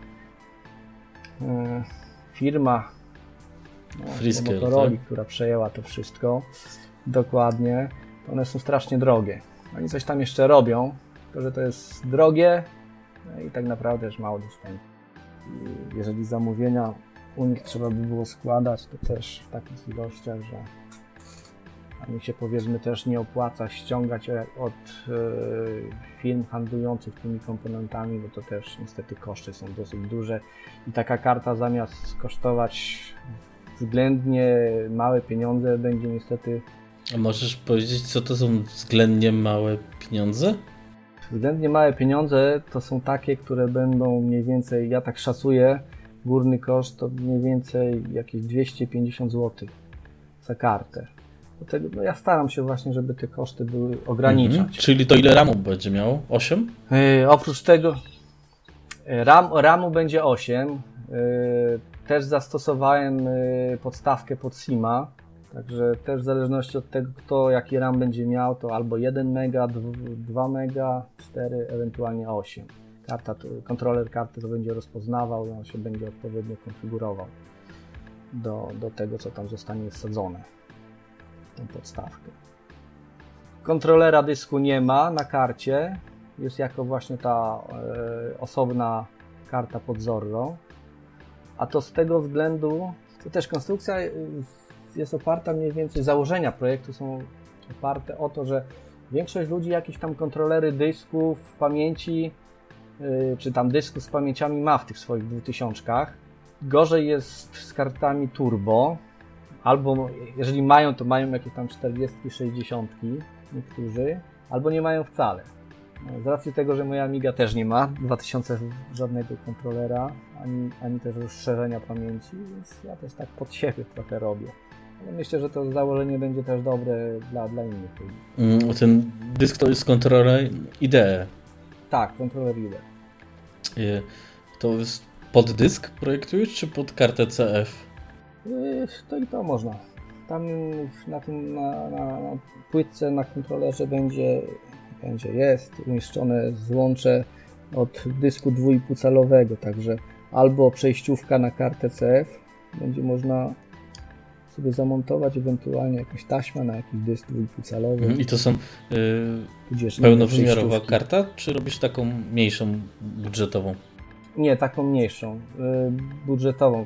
firma no, Motorola, tak? która przejęła to wszystko, dokładnie, to one są strasznie drogie. Oni coś tam jeszcze robią, to że to jest drogie no i tak naprawdę już mało dostępne. Jeżeli zamówienia u nich trzeba by było składać, to też w takich ilościach, że a mi się powiedzmy też nie opłaca ściągać od y, firm handlujących tymi komponentami, bo to też niestety koszty są dosyć duże i taka karta zamiast kosztować względnie małe pieniądze będzie niestety... A możesz powiedzieć, co to są względnie małe pieniądze? Względnie małe pieniądze to są takie, które będą mniej więcej, ja tak szacuję, górny koszt to mniej więcej jakieś dwieście pięćdziesiąt złotych za kartę. Dlatego, no ja staram się właśnie, żeby te koszty były ograniczać. Mhm. Czyli to ile ramu będzie miało? osiem? Yy, oprócz tego ram, ramu będzie osiem. Yy, też zastosowałem yy, podstawkę pod SIMa. Także też w zależności od tego, kto jaki RAM będzie miał, to albo jeden mega, dwa mega, cztery, ewentualnie osiem. Karta, kontroler karty to będzie rozpoznawał i on się będzie odpowiednio konfigurował do, do tego, co tam zostanie wsadzone, tą podstawkę. Kontrolera dysku nie ma na karcie, jest jako właśnie ta e, osobna karta pod Zorro, a to z tego względu, to też konstrukcja jest oparta mniej więcej, założenia projektu są oparte o to, że większość ludzi jakieś tam kontrolery dysków, pamięci, yy, czy tam dysków z pamięciami ma w tych swoich dwutysiączkach. Gorzej jest z kartami turbo, albo jeżeli mają, to mają jakieś tam czterdziestki, sześćdziesiątki niektórzy, albo nie mają wcale. Z racji tego, że moja Amiga też nie ma dwa tysiące żadnego kontrolera, ani, ani też rozszerzenia pamięci, więc ja też tak pod siebie trochę robię. Ale myślę, że to założenie będzie też dobre dla, dla innych ludzi. Mm, ten dysk to jest kontroler I D E. Tak, kontroler I D E. To jest pod dysk projektujesz, czy pod kartę C F? To i to można. Tam na tym na, na, na płytce, na kontrolerze będzie, będzie jest umieszczone złącze od dysku dwa i pół calowego, także albo przejściówka na kartę C F, będzie można sobie zamontować, ewentualnie jakąś taśmę na jakiś dysk dwa i pół calowy. I to są yy, pełnowymiarowa karta, czy robisz taką mniejszą budżetową? Nie, taką mniejszą, yy, budżetową.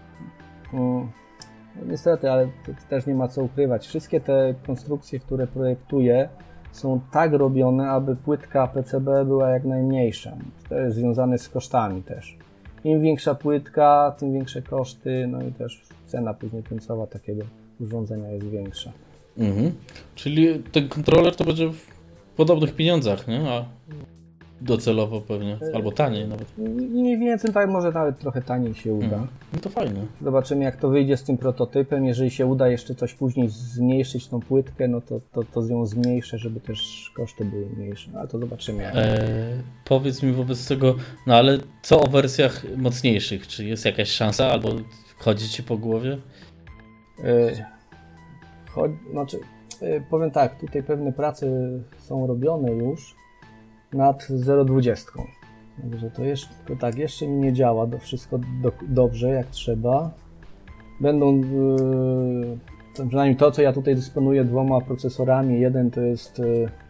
Yy, niestety, ale to też nie ma co ukrywać. Wszystkie te konstrukcje, które projektuję, są tak robione, aby płytka P C B była jak najmniejsza. To jest związane z kosztami też. Im większa płytka, tym większe koszty, no i też cena później końcowa takiego urządzenia jest większa. Mhm. Czyli ten kontroler to będzie w podobnych pieniądzach, nie? A docelowo pewnie, albo taniej nawet. Mniej więcej, tak, może nawet trochę taniej się uda. Mhm. No to fajne. Zobaczymy, jak to wyjdzie z tym prototypem. Jeżeli się uda jeszcze coś później zmniejszyć tą płytkę, no to, to, to ją zmniejszę, żeby też koszty były mniejsze. No ale to zobaczymy. Jak eee, powiedz mi wobec tego, no ale co o wersjach mocniejszych? Czy jest jakaś szansa, albo Chodzi ci po głowie? Yy, chodzi, znaczy, yy, powiem tak, tutaj pewne prace są robione już nad zero dwadzieścia. Także to, jeszcze, to tak, jeszcze mi nie działa to wszystko do, dobrze, jak trzeba. Będą, yy, to przynajmniej to, co ja tutaj dysponuję dwoma procesorami. Jeden to jest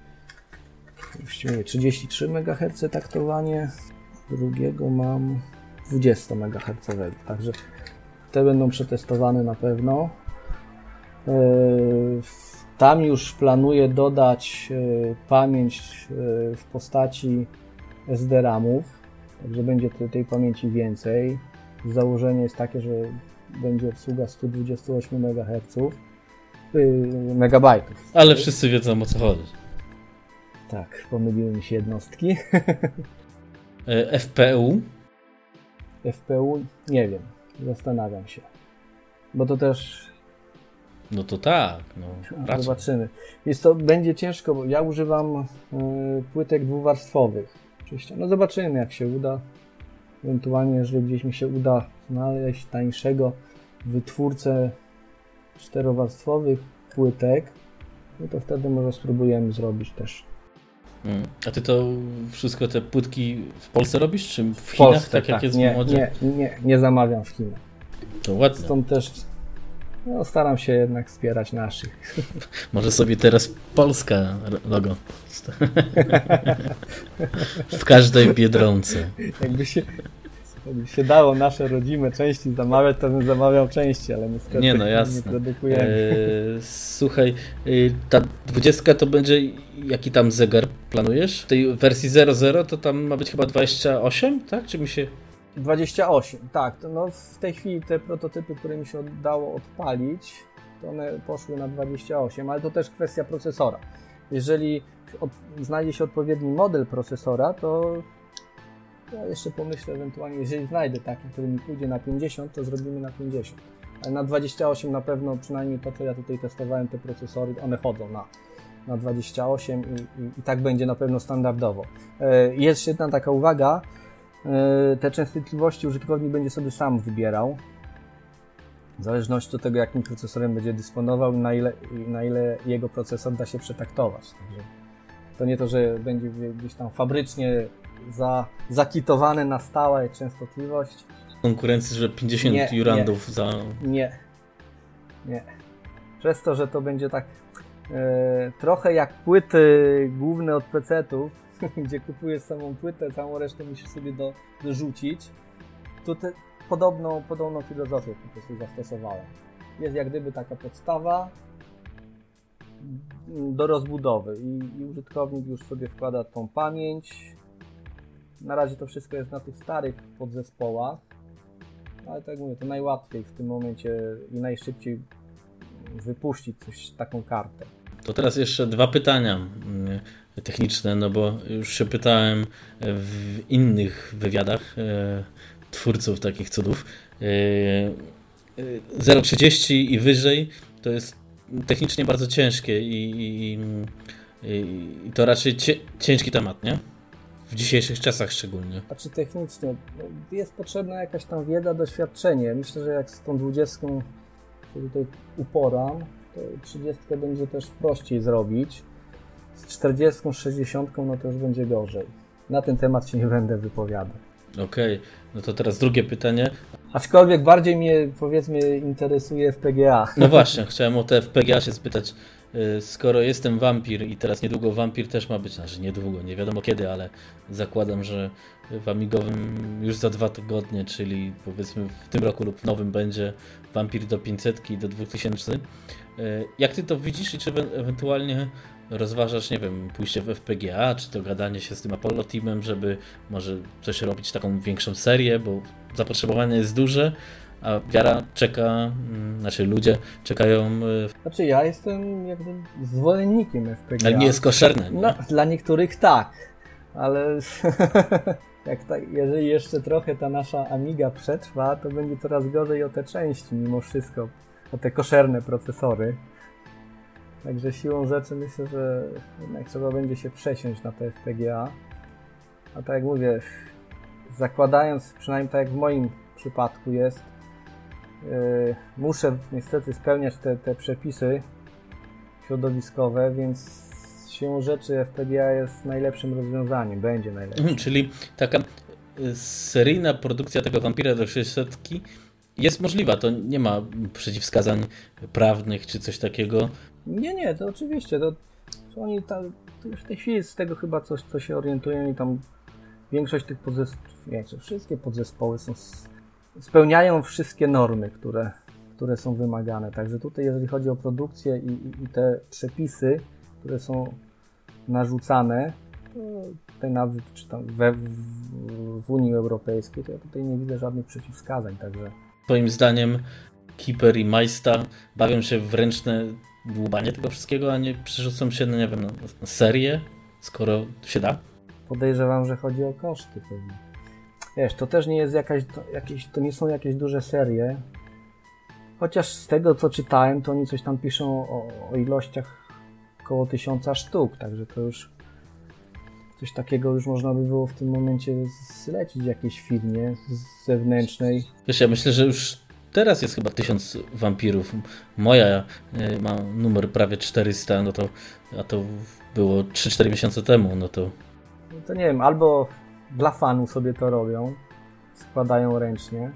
yy, trzydzieści trzy megaherce taktowanie, drugiego mam dwadzieścia megaherców. Także te będą przetestowane na pewno. Yy, tam już planuję dodać yy, pamięć yy, w postaci S D ramów, także będzie tej, tej pamięci więcej. Założenie jest takie, że będzie obsługa sto dwadzieścia osiem megaherców, yy, megabajtów. Ale wszyscy wiedzą, o co chodzi. Tak, pomyliły mi się jednostki. F P U? F P U? Nie wiem, zastanawiam się. Bo to też... No to tak, no raczej. Zobaczymy. Jest to, będzie ciężko, bo ja używam y, płytek dwuwarstwowych. Oczywiście. No zobaczymy, jak się uda. Ewentualnie, jeżeli gdzieś mi się uda znaleźć tańszego wytwórcę czterowarstwowych płytek, no to wtedy może spróbujemy zrobić też. Hmm. A ty to wszystko, te płytki w Polsce robisz, czy w, w Polsce, Chinach, tak, tak jak jest nie, w modzie? Nie, nie, nie zamawiam w Chinach. To ładnie. Stąd też no, staram się jednak wspierać naszych. Może sobie teraz Polska logo w każdej Biedronce. Jakby się, jakby się dało nasze rodzime części zamawiać, to bym zamawiał części, ale niestety nie, no jasne. nie produkujemy. Eee, słuchaj, ta dwudziestka to będzie, jaki tam zegar planujesz? W tej wersji zero zero to tam ma być chyba dwadzieścia osiem, tak? Czy mi się... dwadzieścia osiem, tak. To no w tej chwili te prototypy, które mi się udało odpalić, to one poszły na dwadzieścia osiem, ale to też kwestia procesora. Jeżeli od, znajdzie się odpowiedni model procesora, to ja jeszcze pomyślę ewentualnie, jeżeli znajdę taki, który mi pójdzie na pięćdziesiąt, to zrobimy na pięćdziesiąt. Ale na dwadzieścia osiem na pewno, przynajmniej to, co ja tutaj testowałem, te procesory, one chodzą na, na dwadzieścia osiem i, i, i tak będzie na pewno standardowo. Yy, jest jedna taka uwaga, te częstotliwości użytkownik będzie sobie sam wybierał, w zależności od tego, jakim procesorem będzie dysponował i na ile, na ile jego procesor da się przetaktować. Także to nie to, że będzie gdzieś tam fabrycznie za, zakitowane na stałe częstotliwość. Konkurencji, że pięćdziesiąt nie, jurandów nie, za... Nie, nie. Przez to, że to będzie tak e, trochę jak płyty główne od pecetów, gdzie kupujesz samą płytę, całą resztę musisz sobie do, dorzucić, to te, podobną, podobną filozofię po prostu zastosowałem. Jest jak gdyby taka podstawa do rozbudowy i, i użytkownik już sobie wkłada tą pamięć. Na razie to wszystko jest na tych starych podzespołach, ale tak jak mówię, to najłatwiej w tym momencie i najszybciej wypuścić coś, taką kartę. To teraz jeszcze dwa pytania techniczne, no bo już się pytałem w innych wywiadach e, twórców takich cudów. E, zero trzydzieści i wyżej to jest technicznie bardzo ciężkie i, i, i, i to raczej cie, ciężki temat, nie? W dzisiejszych czasach szczególnie. Znaczy technicznie jest potrzebna jakaś tam wiedza, doświadczenie. Myślę, że jak z tą dwudziestką się tutaj uporam, to trzydziestkę będzie też prościej zrobić. Z czterdziestką, sześćdziesiątką no to już będzie gorzej. Na ten temat się nie będę wypowiadał. Okej, okay. No to teraz drugie pytanie. Aczkolwiek bardziej mnie, powiedzmy, interesuje F P G A. No właśnie, chciałem o te F P G A się spytać. Skoro jestem Vampir i teraz niedługo Vampir też ma być, znaczy niedługo, nie wiadomo kiedy, ale zakładam, że w Amigowym już za dwa tygodnie, czyli powiedzmy w tym roku lub w nowym będzie Vampir do pięćset i do dwa tysiące. Jak ty to widzisz i czy ewentualnie rozważasz, nie wiem, pójście w F P G A, czy to gadanie się z tym Apollo Teamem, żeby może coś robić, taką większą serię, bo zapotrzebowanie jest duże, a wiara czeka, znaczy ludzie czekają... Znaczy ja jestem jakby zwolennikiem F P G A. Ale nie jest koszerne, nie? No, dla niektórych tak, ale jak ta, jeżeli jeszcze trochę ta nasza Amiga przetrwa, to będzie coraz gorzej o te części mimo wszystko, o te koszerne procesory. Także siłą rzeczy myślę, że jednak trzeba będzie się przesiąść na te F P G A. A tak jak mówię, zakładając, przynajmniej tak jak w moim przypadku jest, yy, muszę niestety spełniać te, te przepisy środowiskowe, więc siłą rzeczy F P G A jest najlepszym rozwiązaniem, będzie najlepszym. Mhm, czyli taka seryjna produkcja tego Vampira do sześćsetki jest możliwa, to nie ma przeciwwskazań prawnych czy coś takiego? Nie, nie, to oczywiście, to, to oni tam, to już w tej chwili z tego chyba coś, co się orientują i tam większość tych podzespołów, nie, wszystkie podzespoły są, spełniają wszystkie normy, które, które są wymagane, także tutaj jeżeli chodzi o produkcję i, i, i te przepisy, które są narzucane, to tutaj nawet czy tam we, w, w Unii Europejskiej, to ja tutaj nie widzę żadnych przeciwwskazań, także Twoim zdaniem Keeper i Majsta bawią się w ręczne dłubanie tego wszystkiego, a nie przerzucą się, no nie wiem, na serię, skoro się da? Podejrzewam, że chodzi o koszty pewnie. Wiesz, to też nie jest jakaś, to, jakieś, to nie są jakieś duże serie, chociaż z tego co czytałem, to oni coś tam piszą o, o ilościach około tysiąca sztuk, także to już coś takiego już można by było w tym momencie zlecić jakiejś firmie zewnętrznej. Wiesz, ja myślę, że już teraz jest chyba tysiąc wampirów. Moja y, ma numer prawie czterysta, no to, a to było trzy cztery miesiące temu, no to... No to nie wiem, albo dla fanów sobie to robią, składają ręcznie.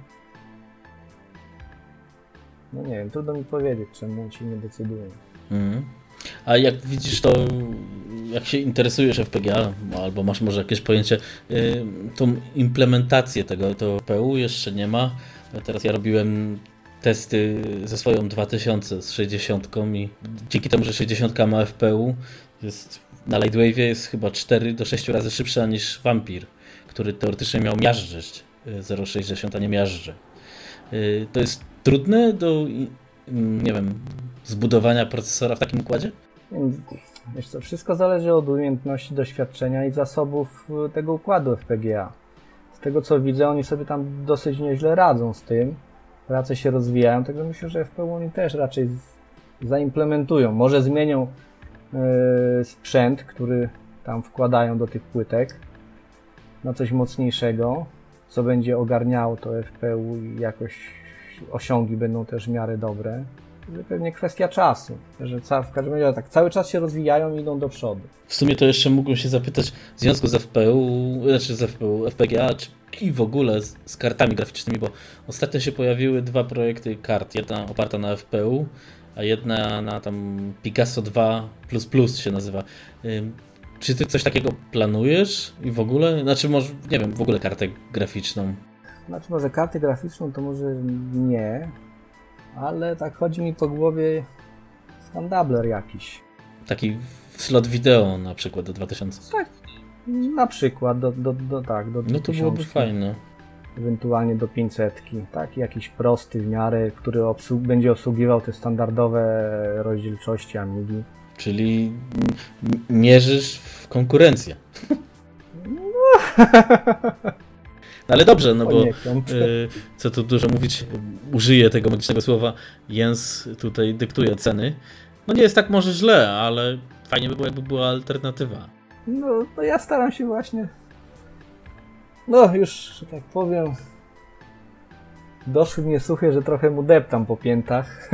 No nie wiem, trudno mi powiedzieć, czemu ci nie decydują. Mm. A jak widzisz to, jak się interesujesz F P G A, albo masz może jakieś pojęcie, y, tą implementację tego, to F P U jeszcze nie ma. Teraz ja robiłem testy ze swoją dwa tysiące z sześćdziesiątką i dzięki temu, że sześćdziesiątka ma F P U, jest, na Lightwave'ie jest chyba cztery do sześciu razy szybsza niż Vampir, który teoretycznie miał miażdżyć zero przecinek sześćdziesiąt, a nie miażdży. Y, to jest trudne do, nie wiem, zbudowania procesora w takim układzie? Wiesz co, wszystko zależy od umiejętności, doświadczenia i zasobów tego układu F P G A. Z tego co widzę, oni sobie tam dosyć nieźle radzą z tym. Prace się rozwijają, także myślę, że F P U oni też raczej zaimplementują. Może zmienią yy, sprzęt, który tam wkładają do tych płytek na coś mocniejszego, co będzie ogarniało to F P U i jakoś osiągi będą też w miarę dobre. Pewnie kwestia czasu, że w każdym razie tak cały czas się rozwijają i idą do przodu. W sumie to jeszcze mógłbym się zapytać w związku z F P U, znaczy z F P U, F P G A czy, i w ogóle z, z kartami graficznymi, bo ostatnio się pojawiły dwa projekty kart, jedna oparta na F P U, a jedna na tam Picasso dwa plus plus się nazywa. Ym, czy ty coś takiego planujesz i w ogóle, znaczy może, nie wiem, w ogóle kartę graficzną? Znaczy może kartę graficzną to może nie, ale tak chodzi mi po głowie skandabler jakiś. Taki slot wideo na przykład do dwa tysiące. Tak, na przykład do, do, do, tak, do No to byłoby fajne. Ewentualnie do pięćsetki. Taki jakiś prosty w miarę, który obsług- będzie obsługiwał te standardowe rozdzielczości Amigi. Czyli m- mierzysz w konkurencję. No. Ale dobrze, no bo y, co tu dużo mówić, użyję tego magicznego słowa, Jens tutaj dyktuje ceny. No nie jest tak może źle, ale fajnie by było, jakby była alternatywa. No, no ja staram się właśnie, no już, że tak powiem, doszły mnie słuchy, że trochę mu deptam po piętach.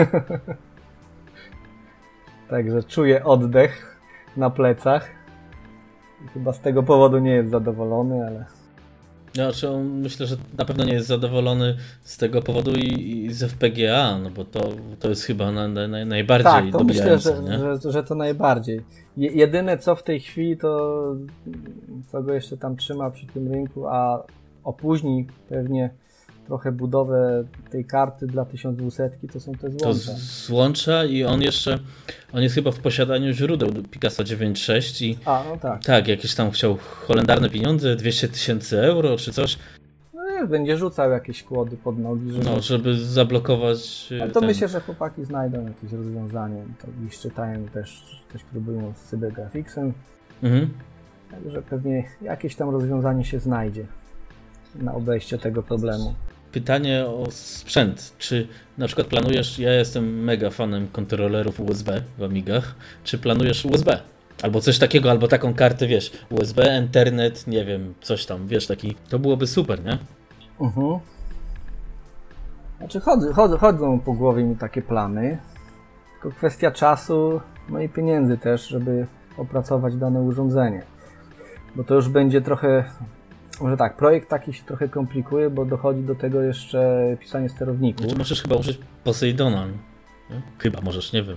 Także czuję oddech na plecach. Chyba z tego powodu nie jest zadowolony, ale... Znaczy on myślę, że na pewno nie jest zadowolony z tego powodu i, i z F P G A, no bo to, to jest chyba na, na, najbardziej tak, to dobijające. myślę, że, nie? że, że to najbardziej. Je, jedyne co w tej chwili to, co go jeszcze tam trzyma przy tym rynku, a opóźni pewnie trochę budowę tej karty dla tysiąc dwieście, to są te złącza. To złącza i on jeszcze, on jest chyba w posiadaniu źródeł Picasso dziewięć sześć i a, no tak. tak, jakieś tam chciał holendarne pieniądze, dwieście tysięcy euro czy coś. No nie, będzie rzucał jakieś kłody pod nogi, żeby... No, żeby zablokować... Ale to ten... myślę, że chłopaki znajdą jakieś rozwiązanie. To już czytają też, coś próbują z CyberGraphicsem. Mhm. Także pewnie jakieś tam rozwiązanie się znajdzie na obejście tego problemu. Pytanie o sprzęt. Czy na przykład planujesz, ja jestem mega fanem kontrolerów U S B w Amigach, czy planujesz U S B? Albo coś takiego, albo taką kartę, wiesz, U S B, Ethernet, nie wiem, coś tam, wiesz, taki, to byłoby super, nie? Uh-huh. Znaczy chodzą, chodzą, chodzą po głowie mi takie plany, tylko kwestia czasu, no i pieniędzy też, żeby opracować dane urządzenie. Bo to już będzie trochę, może tak, projekt taki się trochę komplikuje, bo dochodzi do tego jeszcze pisanie sterowników. Znaczy możesz chyba użyć Poseidona, nie? Chyba możesz, nie wiem.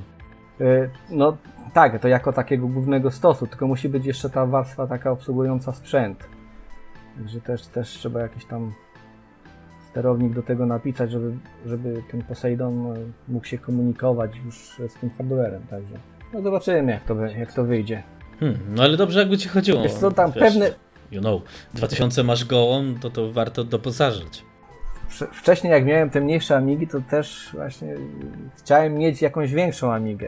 No tak, to jako takiego głównego stosu, tylko musi być jeszcze ta warstwa taka obsługująca sprzęt. Także też, też trzeba jakiś tam sterownik do tego napisać, żeby, żeby ten Poseidon mógł się komunikować już z tym hardwarem, także no zobaczymy jak to, jak to wyjdzie. Hmm, no ale dobrze jakby ci chodziło. Wiesz co, tam wiesz, pewne... You know, dwa tysiące masz gołą, to to warto doposażyć. Wcześniej jak miałem te mniejsze Amigi, to też właśnie chciałem mieć jakąś większą Amigę.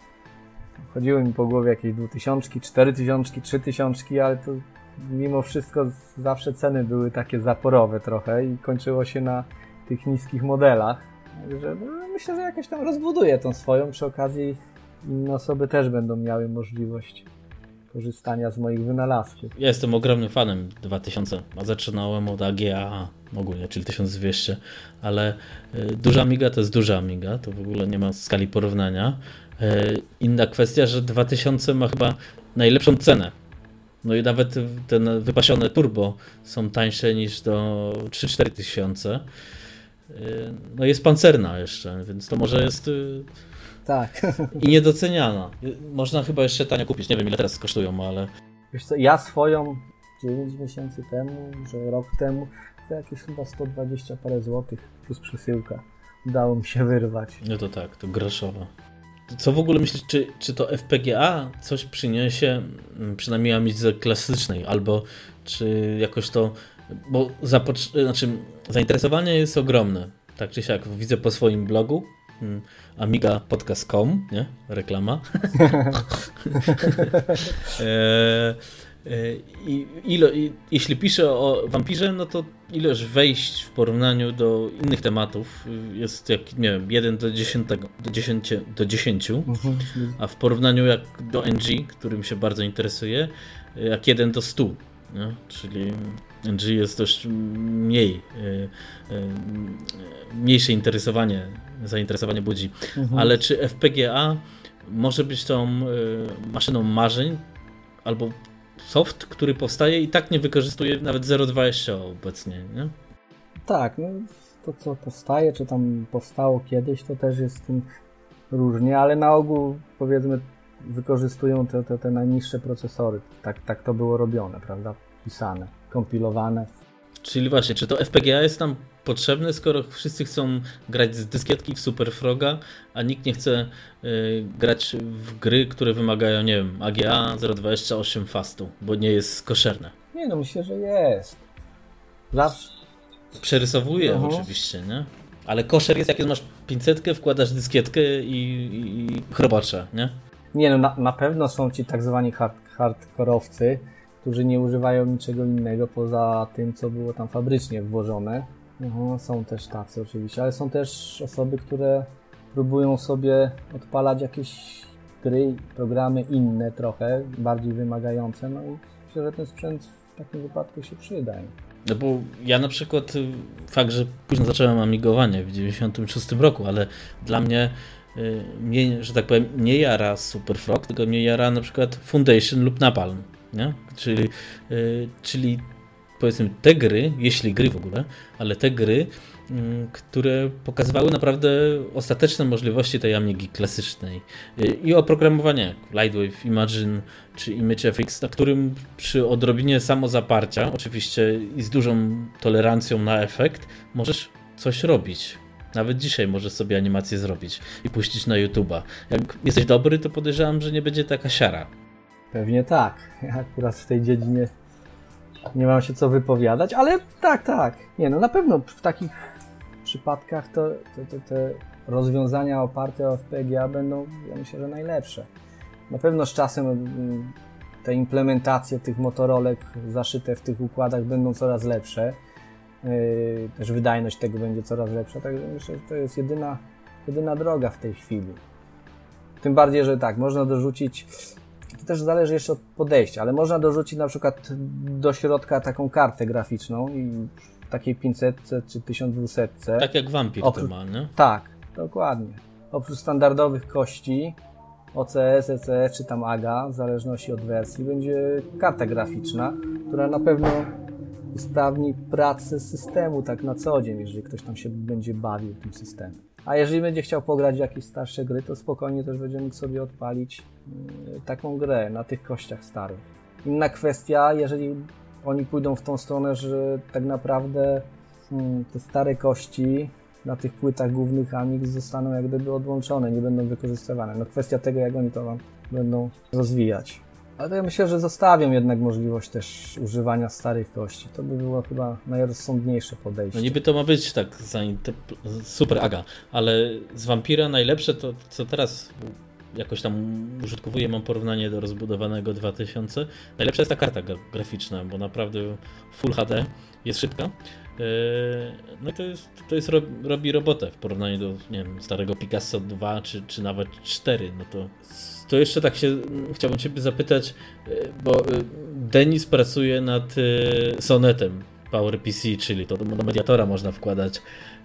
Chodziły mi po głowie jakieś dwutysiączki, cztery tysiączki, trzy tysiączki, ale to mimo wszystko zawsze ceny były takie zaporowe trochę i kończyło się na tych niskich modelach. Także no, myślę, że jakoś tam rozbuduję tą swoją. Przy okazji inne osoby też będą miały możliwość korzystania z moich wynalazków. Ja jestem ogromnym fanem dwa tysiące, a zaczynałem od A G A ogólnie, czyli tysiąc dwieście, ale y, duża Amiga to jest duża Amiga, to w ogóle nie ma skali porównania. Y, inna kwestia, że dwa tysiące ma chyba najlepszą cenę. No i nawet te wypasione turbo są tańsze niż do trzy cztery tysiące. Y, no jest pancerna jeszcze, więc to może jest... Y, Tak. I niedoceniana. Można chyba jeszcze tanio kupić. Nie wiem ile teraz kosztują, ale... Wiesz co, ja swoją dziewięć miesięcy temu, że rok temu, za jakieś chyba sto dwadzieścia parę złotych plus przesyłka udało mi się wyrwać. No to tak, to groszowo. Co w ogóle myślisz, czy, czy to F P G A coś przyniesie, przynajmniej Amidze klasycznej, albo czy jakoś to... Bo zapocz... znaczy, zainteresowanie jest ogromne. Tak czy siak widzę po swoim blogu. Amiga podcast kropka com, nie? Reklama. e, e, i, ilo, i, jeśli piszę o wampirze, no to ilość wejść w porównaniu do innych tematów jest jak, nie wiem, jeden do dziesięciu, do dziesięciu, do dziesięciu, a w porównaniu jak do N G, którym się bardzo interesuje, jak jeden do stu. Nie? Czyli N G jest dość mniej, mniejsze interesowanie, zainteresowanie budzi. Mhm. Ale czy F P G A może być tą maszyną marzeń albo soft, który powstaje i tak nie wykorzystuje nawet zero przecinek dwadzieścia obecnie, nie? Tak, no to co powstaje, czy tam powstało kiedyś, to też jest z tym różnie, ale na ogół powiedzmy wykorzystują te, te, te najniższe procesory. Tak, tak to było robione, prawda? Pisane, kompilowane. Czyli właśnie, czy to F P G A jest tam potrzebne, skoro wszyscy chcą grać z dyskietki w Super Froga, a nikt nie chce y, grać w gry, które wymagają, nie wiem, A G A zero przecinek dwadzieścia osiem fastu, bo nie jest koszerne. Nie no, myślę, że jest. Zawsze. Przerysowuje uh-huh. oczywiście, nie? Ale koszer jest, jak masz pięćsetkę, wkładasz dyskietkę i, i, i chrobacze, nie? Nie no, na, na pewno są ci tak zwani hard, hardkorowcy, którzy nie używają niczego innego poza tym, co było tam fabrycznie włożone. Mhm, są też tacy oczywiście, ale są też osoby, które próbują sobie odpalać jakieś gry, programy inne trochę, bardziej wymagające, no i myślę, że ten sprzęt w takim wypadku się przyda. No bo ja na przykład, fakt, że późno zacząłem amigowanie w dziewięćdziesiątym szóstym roku, ale dla mnie, mnie, że tak powiem, nie jara Super Frog, tylko mnie jara na przykład Foundation lub Napalm, nie? Czyli, czyli powiedzmy te gry, jeśli gry w ogóle, ale te gry, które pokazywały naprawdę ostateczne możliwości tej Amigi klasycznej i oprogramowanie Lightwave, Imagine czy ImageFX, na którym przy odrobinie samozaparcia, oczywiście i z dużą tolerancją na efekt, możesz coś robić. Nawet dzisiaj możesz sobie animację zrobić i puścić na YouTube'a. Jak jesteś dobry, to podejrzewam, że nie będzie taka siara. Pewnie tak. Ja akurat w tej dziedzinie nie mam się co wypowiadać, ale tak, tak. Nie, no na pewno w takich przypadkach to, to, to te rozwiązania oparte o F P G A będą, ja myślę, że najlepsze. Na pewno z czasem te implementacje tych motorolek zaszyte w tych układach będą coraz lepsze. Yy, też wydajność tego będzie coraz lepsza, także myślę, że to jest jedyna, jedyna droga w tej chwili. Tym bardziej, że tak, można dorzucić, to też zależy jeszcze od podejścia, ale można dorzucić na przykład do środka taką kartę graficzną i takiej pięćset czy tysiąc dwieście. Tak jak Vampir Opró- to ma, nie? Tak, dokładnie. Oprócz standardowych kości O C S, E C S czy tam A G A, w zależności od wersji, będzie karta graficzna, która na pewno usprawni pracę systemu tak na co dzień, jeżeli ktoś tam się będzie bawił tym systemem. A jeżeli będzie chciał pograć w jakieś starsze gry, to spokojnie też będzie mógł sobie odpalić yy, taką grę na tych kościach starych. Inna kwestia, jeżeli oni pójdą w tą stronę, że tak naprawdę yy, te stare kości na tych płytach głównych Amix zostaną jak gdyby odłączone, nie będą wykorzystywane. No kwestia tego, jak oni to będą rozwijać. Ale to ja myślę, że zostawią jednak możliwość też używania starych kości. To by było chyba najrozsądniejsze podejście. No niby to ma być tak super aga, ale z Vampira najlepsze to, co teraz jakoś tam użytkowuję, mam porównanie do rozbudowanego dwa tysiące. Najlepsza jest ta karta graficzna, bo naprawdę Full H D jest szybka. No i to jest, to jest robi robotę w porównaniu do, nie wiem, starego Picasso dwa czy, czy nawet cztery. No to, to jeszcze tak się chciałbym Ciebie zapytać, bo Denis pracuje nad Sonetem PowerPC, czyli to do mediatora można wkładać,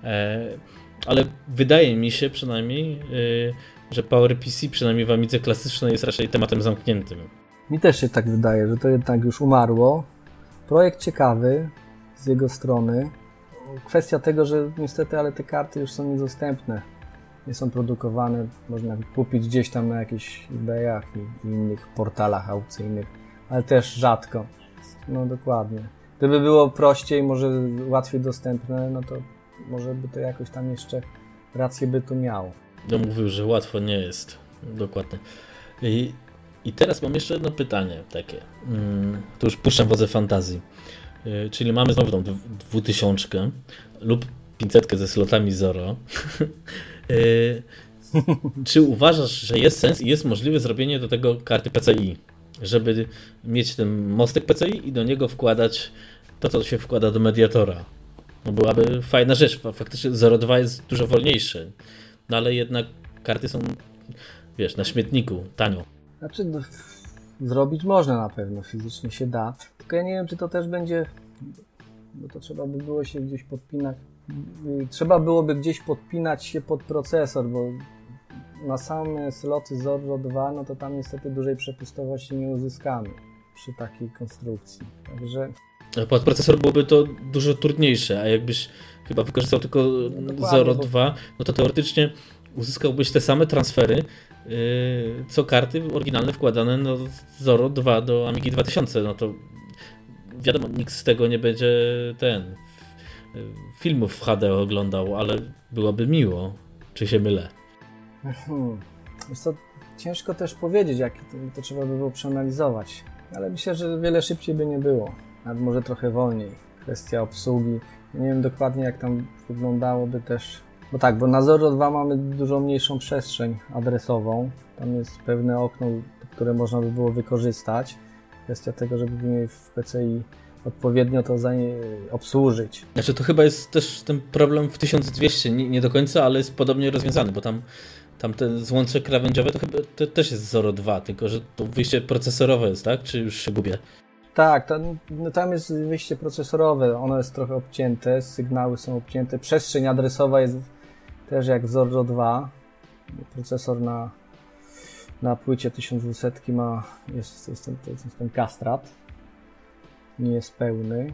ale wydaje mi się przynajmniej, że PowerPC przynajmniej w Amidze klasycznej jest raczej tematem zamkniętym. Mi też się tak wydaje, że to jednak już umarło. Projekt ciekawy z jego strony. Kwestia tego, że niestety, ale te karty już są niedostępne. Nie są produkowane, można kupić gdzieś tam na jakichś eBayach i innych portalach aukcyjnych, ale też rzadko. No dokładnie. Gdyby było prościej, może łatwiej dostępne, no to może by to jakoś tam jeszcze rację by tu miało. No mówił, że łatwo nie jest. Dokładnie. I, i teraz mam jeszcze jedno pytanie takie. Hmm, to już puszczam wodze fantazji. Yy, czyli mamy znowu tą dwutysiączkę lub pięćsetkę ze slotami Zoro. yy, czy uważasz, że jest sens i jest możliwe zrobienie do tego karty P C I? Żeby mieć ten mostek P C I i do niego wkładać to, co się wkłada do mediatora. No byłaby fajna rzecz. Faktycznie Zoro dwa jest dużo wolniejsze. No ale jednak karty są, wiesz, na śmietniku, tanio. Znaczy, no, zrobić można na pewno, fizycznie się da. Tylko ja nie wiem, czy to też będzie, bo to trzeba by było się gdzieś podpinać. Trzeba byłoby gdzieś podpinać się pod procesor, bo na same sloty Zoro dwa, no to tam niestety dużej przepustowości nie uzyskamy przy takiej konstrukcji. Także... Pod procesor byłoby to dużo trudniejsze, a jakbyś chyba wykorzystał tylko no Zoro dwa, no to teoretycznie uzyskałbyś te same transfery, yy, co karty oryginalne wkładane no Zoro dwa do Amigi dwa tysiące, no to wiadomo, nikt z tego nie będzie ten filmów w H D oglądał, ale byłoby miło, czy się mylę? Hmm. Wiesz co, ciężko też powiedzieć, jak to, to trzeba by było przeanalizować, ale myślę, że wiele szybciej by nie było, nawet może trochę wolniej. Kwestia obsługi, nie wiem dokładnie jak tam wyglądałoby też, bo tak, bo na Zoro dwa mamy dużo mniejszą przestrzeń adresową, tam jest pewne okno, które można by było wykorzystać. Kwestia tego, żeby mieć w P C I odpowiednio to za nie obsłużyć. Znaczy to chyba jest też ten problem w tysiąc dwieście, nie, nie do końca, ale jest podobnie rozwiązany, bo tam, tam te złącze krawędziowe to chyba to też jest Zoro dwa, tylko że to wyjście procesorowe jest, tak? Czy już się gubię? Tak, tam, no tam jest wyjście procesorowe, ono jest trochę obcięte, sygnały są obcięte, przestrzeń adresowa jest też jak w Zoro dwa. Procesor na, na płycie tysiąc dwieście ma, jest, jest, ten, jest ten kastrat, nie jest pełny.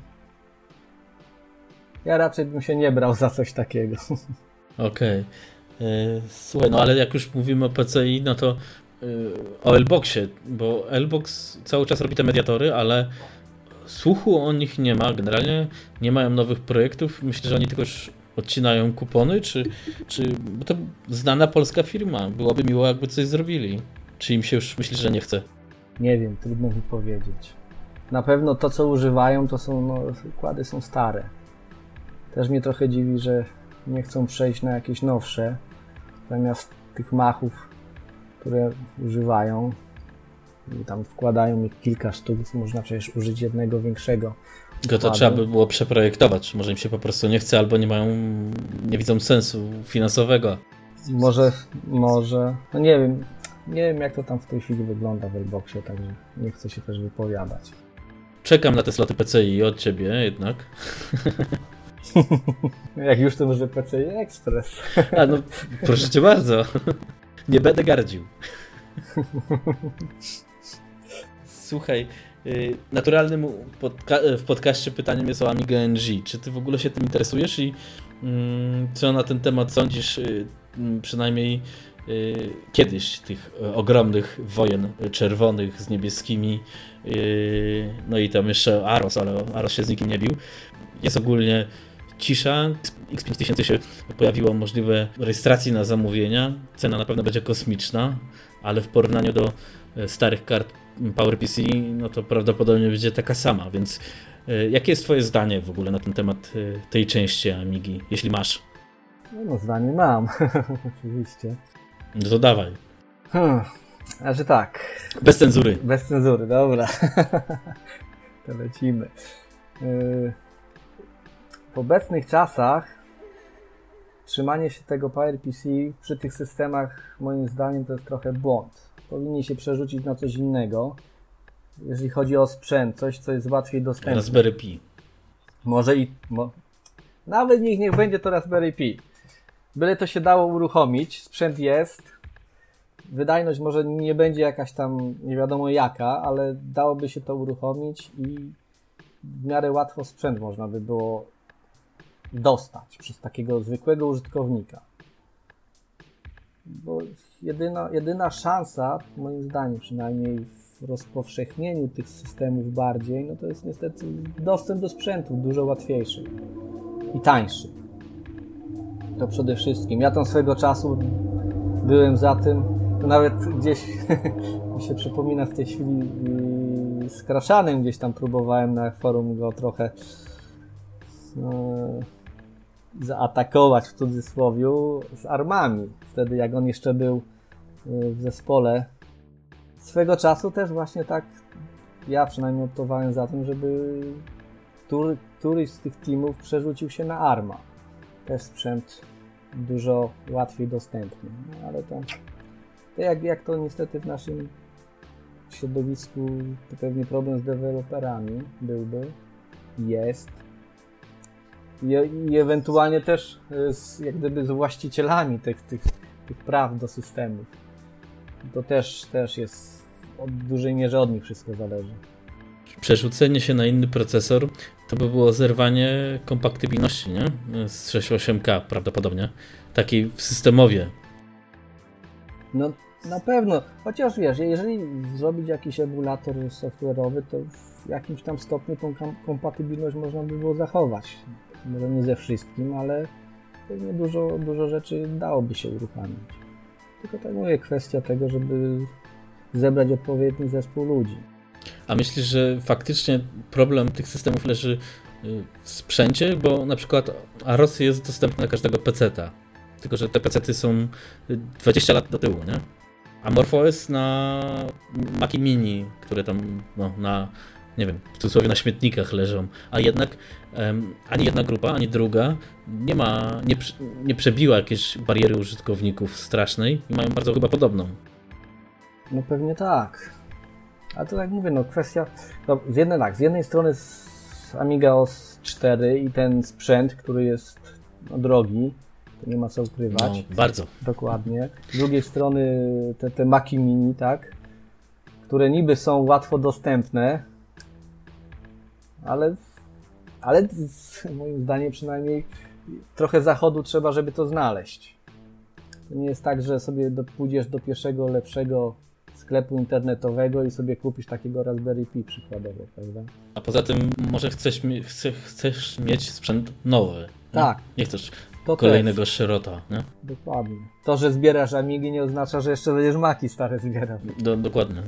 Ja raczej bym się nie brał za coś takiego. Okej. Okay. Słuchaj, no ale jak już mówimy o P C I, no to o L-Boxie, bo L-Box cały czas robi te mediatory, ale słuchu o nich nie ma, generalnie nie mają nowych projektów, myślę, że oni tylko już odcinają kupony, czy, czy bo to znana polska firma, byłoby miło jakby coś zrobili, czy im się już myślisz, że nie chce? Nie wiem, trudno mi powiedzieć. Na pewno to, co używają, to są, no, układy są stare. Też mnie trochę dziwi, że nie chcą przejść na jakieś nowsze, zamiast tych machów, które używają i tam wkładają ich kilka sztuk, można przecież użyć jednego większego. Tylko to trzeba by było przeprojektować, może im się po prostu nie chce albo nie mają, nie widzą sensu finansowego. Może, może, no nie wiem, nie wiem jak to tam w tej chwili wygląda w L-Boxie, także nie chcę się też wypowiadać. Czekam na te sloty P C I od ciebie jednak. Jak już to może P C I Express. A no, proszę cię bardzo. Nie będę gardził. Słuchaj, naturalnym podca- w podcaście pytaniem jest o Amiga N G. Czy ty w ogóle się tym interesujesz i mm, co na ten temat sądzisz, y, przynajmniej y, kiedyś, tych ogromnych wojen czerwonych z niebieskimi, y, no i tam jeszcze Aros, ale Aros się z nikim nie bił. Jest ogólnie cisza. X pięć tysięcy się pojawiło możliwe rejestracji na zamówienia. Cena na pewno będzie kosmiczna, ale w porównaniu do starych kart PowerPC, no to prawdopodobnie będzie taka sama, więc y, jakie jest twoje zdanie w ogóle na ten temat y, tej części Amigi, jeśli masz? No zdanie mam, oczywiście. No to dawaj. Hmm. Znaczy tak. Bez cenzury. Bez cenzury, dobra. To lecimy. Yy, w obecnych czasach trzymanie się tego PowerPC przy tych systemach, moim zdaniem, to jest trochę błąd. Powinni się przerzucić na coś innego, jeżeli chodzi o sprzęt, coś, co jest łatwiej dostępne. Raspberry Pi. Może i... Mo... Nawet niech, niech będzie to Raspberry Pi. Byle to się dało uruchomić, sprzęt jest, wydajność może nie będzie jakaś tam nie wiadomo jaka, ale dałoby się to uruchomić i w miarę łatwo sprzęt można by było dostać przez takiego zwykłego użytkownika. Bo jedyna, jedyna szansa, moim zdaniem przynajmniej, w rozpowszechnieniu tych systemów bardziej, no to jest niestety dostęp do sprzętu dużo łatwiejszy i tańszy. To przede wszystkim. Ja tam swego czasu byłem za tym, to nawet gdzieś mi się przypomina w tej chwili z Crashanem gdzieś tam próbowałem na forum go trochę no, zaatakować w cudzysłowiu z armami. Wtedy jak on jeszcze był w zespole. Swego czasu też właśnie tak ja przynajmniej optowałem za tym, żeby który, któryś z tych teamów przerzucił się na Arma. Też sprzęt dużo łatwiej dostępny. No, ale to, to jak, jak to niestety w naszym środowisku to pewnie problem z deweloperami byłby, jest. I, i ewentualnie też z, jak gdyby z właścicielami tych, tych, tych praw do systemów. To też, też jest w dużej mierze od nich wszystko zależy. Przerzucenie się na inny procesor to by było zerwanie kompatybilności, nie? Z sześć osiem K prawdopodobnie. Takiej w systemowie. No na pewno. Chociaż wiesz, jeżeli zrobić jakiś emulator software'owy, to w jakimś tam stopniu tą kompatybilność można by było zachować. Może nie ze wszystkim, ale pewnie dużo, dużo rzeczy dałoby się uruchamiać. Tylko tak mówię, kwestia tego, żeby zebrać odpowiedni zespół ludzi. A myślisz, że faktycznie problem tych systemów leży w sprzęcie? Bo na przykład Aros jest dostępny na każdego peceta. Tylko że te pecety są dwadzieścia lat do tyłu, nie? A MorphOS na Maci Mini, które tam no, na, nie wiem, w cudzysłowie na śmietnikach leżą. A jednak um, ani jedna grupa, ani druga nie ma, nie, nie przebiła jakiejś bariery użytkowników strasznej i mają bardzo chyba podobną. No pewnie tak. A to jak mówię, no kwestia, no z jednej tak, z jednej strony z Amiga O S cztery i ten sprzęt, który jest no, drogi, to nie ma co ukrywać. No, bardzo. Dokładnie. Z drugiej strony te, te Maci Mini, tak, które niby są łatwo dostępne, ale, ale moim zdaniem przynajmniej trochę zachodu trzeba, żeby to znaleźć. To nie jest tak, że sobie do, pójdziesz do pierwszego, lepszego sklepu internetowego i sobie kupisz takiego Raspberry Pi przykładowo, prawda? A poza tym może chcesz, chce, chcesz mieć sprzęt nowy. Tak. Nie, nie chcesz to kolejnego też. Szerota, nie? Dokładnie. To, że zbierasz Amigi nie oznacza, że jeszcze będziesz Maki stare zbierał. Do, dokładnie.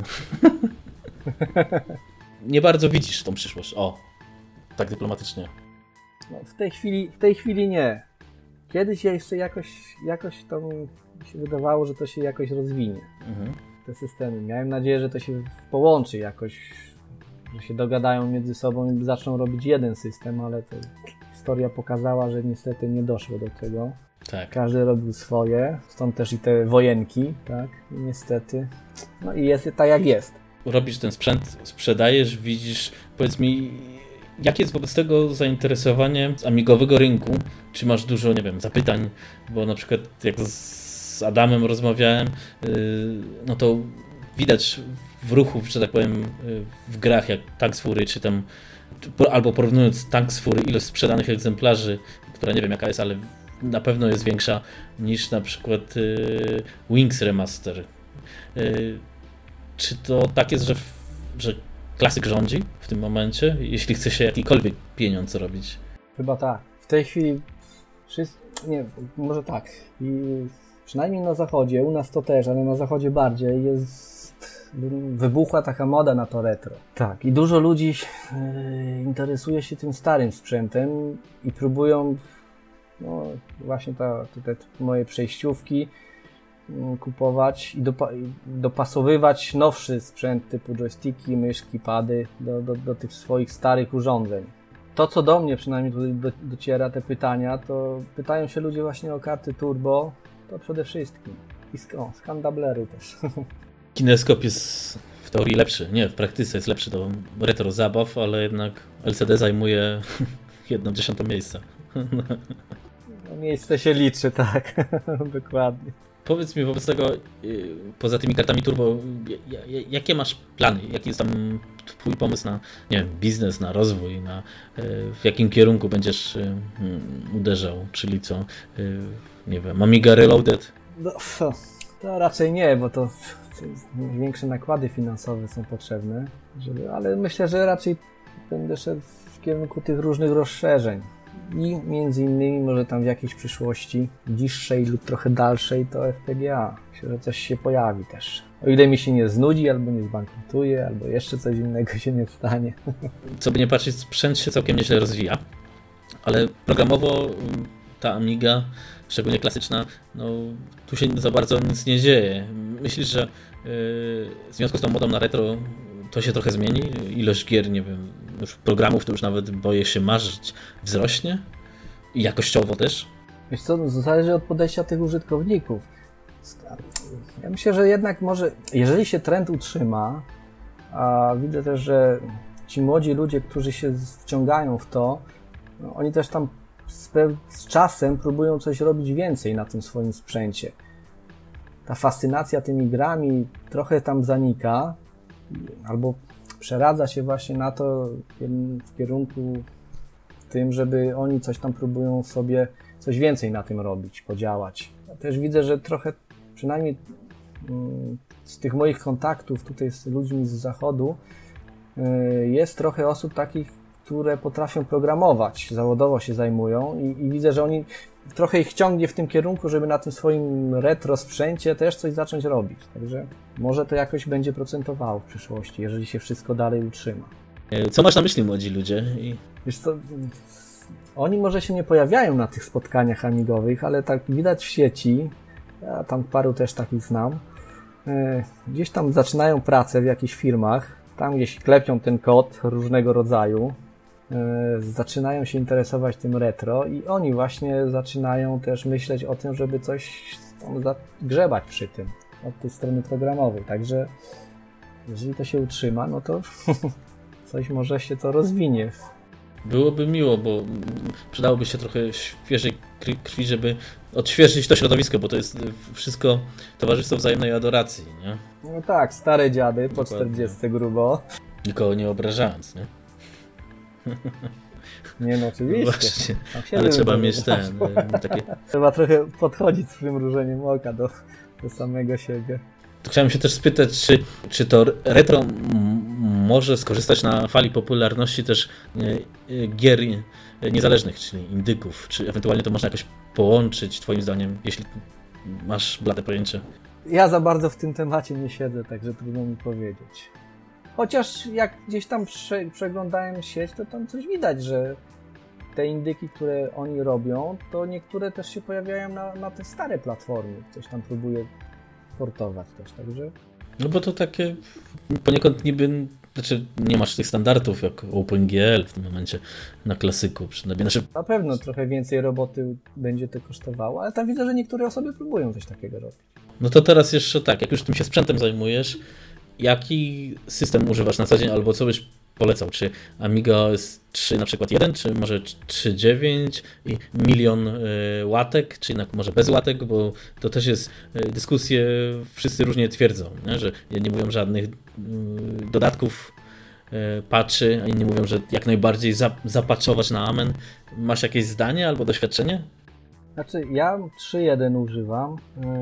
Nie bardzo widzisz tą przyszłość. O, tak dyplomatycznie. No, w tej chwili, w tej chwili nie. Kiedyś jeszcze jakoś, jakoś to mi się wydawało, że to się jakoś rozwinie. Mhm. Te systemy. Miałem nadzieję, że to się połączy jakoś, że się dogadają między sobą i zaczną robić jeden system, ale to historia pokazała, że niestety nie doszło do tego. Tak. Każdy robił swoje, stąd też i te wojenki, tak, i niestety. No i jest tak jak jest. Robisz ten sprzęt, sprzedajesz, widzisz, powiedz mi, jakie jest wobec tego zainteresowanie z amigowego rynku? Czy masz dużo, nie wiem, zapytań? Bo na przykład jak z Adamem rozmawiałem, no to widać w ruchu, że tak powiem, w grach jak Tanks Fury, czy tam, albo porównując Tanks Fury, ilość sprzedanych egzemplarzy, która nie wiem jaka jest, ale na pewno jest większa niż na przykład Wings Remaster. Czy to tak jest, że, że klasyk rządzi w tym momencie, jeśli chce się jakikolwiek pieniądz robić? Chyba tak. W tej chwili wszyscy, nie, może tak. I przynajmniej na zachodzie, u nas to też, ale na zachodzie bardziej jest wybuchła taka moda na to retro. Tak, i dużo ludzi yy, interesuje się tym starym sprzętem i próbują no właśnie ta, te, te moje przejściówki yy, kupować i, dopa- i dopasowywać nowszy sprzęt typu joysticki, myszki, pady do, do, do tych swoich starych urządzeń. To, co do mnie przynajmniej tutaj do, dociera, te pytania, to pytają się ludzie właśnie o karty turbo, to przede wszystkim. I sk- skandablery też. Kineskop jest w teorii lepszy, nie, w praktyce jest lepszy do retro zabaw, ale jednak L C D zajmuje jedną dziesiątą miejsca. No, miejsce się liczy, tak, dokładnie. Powiedz mi wobec tego, poza tymi kartami turbo, jakie masz plany? Jaki jest tam twój pomysł na, nie wiem, biznes, na rozwój, na w jakim kierunku będziesz uderzał, czyli co, nie wiem, Amiga Reloaded? No, to raczej nie, bo to większe nakłady finansowe są potrzebne, żeby, ale myślę, że raczej będę szedł w kierunku tych różnych rozszerzeń i między innymi może tam w jakiejś przyszłości bliższej lub trochę dalszej to F P G A. Myślę, że coś się pojawi też. O ile mi się nie znudzi, albo nie zbankrutuje, albo jeszcze coś innego się nie stanie. Co by nie patrzeć, sprzęt się całkiem nieźle rozwija, ale programowo ta Amiga, szczególnie klasyczna, no tu się za bardzo nic nie dzieje. Myślisz, że yy, w związku z tą modą na retro to się trochę zmieni? Ilość gier, nie wiem, już programów to już nawet boję się marzyć, wzrośnie? I jakościowo też? Wiesz co, zależy od podejścia tych użytkowników. Ja myślę, że jednak może, jeżeli się trend utrzyma, a widzę też, że ci młodzi ludzie, którzy się wciągają w to, no, oni też tam z, z czasem próbują coś robić więcej na tym swoim sprzęcie. Ta fascynacja tymi grami trochę tam zanika, albo przeradza się właśnie na to w kierunku tym, żeby oni coś tam próbują sobie, coś więcej na tym robić, podziałać. Ja też widzę, że trochę, przynajmniej z tych moich kontaktów tutaj z ludźmi z zachodu, jest trochę osób takich, które potrafią programować, zawodowo się zajmują i, i widzę, że oni trochę ich ciągnie w tym kierunku, żeby na tym swoim retro sprzęcie też coś zacząć robić. Także może to jakoś będzie procentowało w przyszłości, jeżeli się wszystko dalej utrzyma. Co masz na myśli, młodzi ludzie? I... Wiesz co, oni może się nie pojawiają na tych spotkaniach amigowych, ale tak widać w sieci, ja tam paru też takich znam, gdzieś tam zaczynają pracę w jakichś firmach, tam gdzieś klepią ten kod różnego rodzaju, zaczynają się interesować tym retro i oni właśnie zaczynają też myśleć o tym, żeby coś tam zagrzebać przy tym, od tej strony programowej. Także jeżeli to się utrzyma, no to coś może się to rozwinie. Byłoby miło, bo przydałoby się trochę świeżej krwi, żeby odświeżyć to środowisko, bo to jest wszystko towarzystwo wzajemnej adoracji, nie? No tak, stare dziady po czterdziestce grubo. Nikogo nie obrażając, nie? Nie no, oczywiście. Właśnie, ale trzeba mieć ten, takie... Trzeba trochę podchodzić z przymrużeniem oka do, do samego siebie. To chciałem się też spytać, czy, czy to retro m- może skorzystać na fali popularności też e, gier niezależnych, czyli indyków, czy ewentualnie to można jakoś połączyć, twoim zdaniem, jeśli masz blade pojęcie? Ja za bardzo w tym temacie nie siedzę, także trudno mi powiedzieć. Chociaż jak gdzieś tam prze, przeglądałem sieć, to tam coś widać, że te indyki, które oni robią, to niektóre też się pojawiają na, na te stare platformy. Ktoś tam próbuje portować też, także... No bo to takie poniekąd niby, znaczy nie masz tych standardów jak OpenGL w tym momencie na klasyku przynajmniej. Znaczy... Na pewno trochę więcej roboty będzie to kosztowało, ale tam widzę, że niektóre osoby próbują coś takiego robić. No to teraz jeszcze tak, jak już tym się sprzętem zajmujesz, jaki system używasz na co dzień, albo co byś polecał? Czy Amiga O S trzy na przykład jeden, czy może trzy dziewięć i milion łatek, czy jednak może bez łatek, bo to też jest dyskusje, wszyscy różnie twierdzą, nie? Że jedni mówią żadnych dodatków, patchy, a inni mówią, że jak najbardziej zapatchować na amen. Masz jakieś zdanie albo doświadczenie? Znaczy ja trzy jeden używam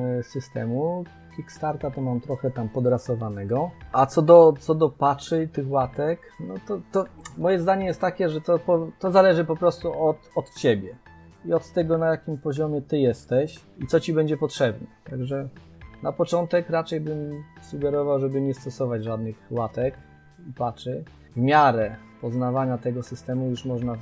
systemu, Kickstarta to mam trochę tam podrasowanego, a co do, co do patchy tych łatek, no to, to moje zdanie jest takie, że to, to zależy po prostu od, od Ciebie i od tego, na jakim poziomie Ty jesteś i co Ci będzie potrzebne. Także na początek raczej bym sugerował, żeby nie stosować żadnych łatek i patchy. W miarę poznawania tego systemu już można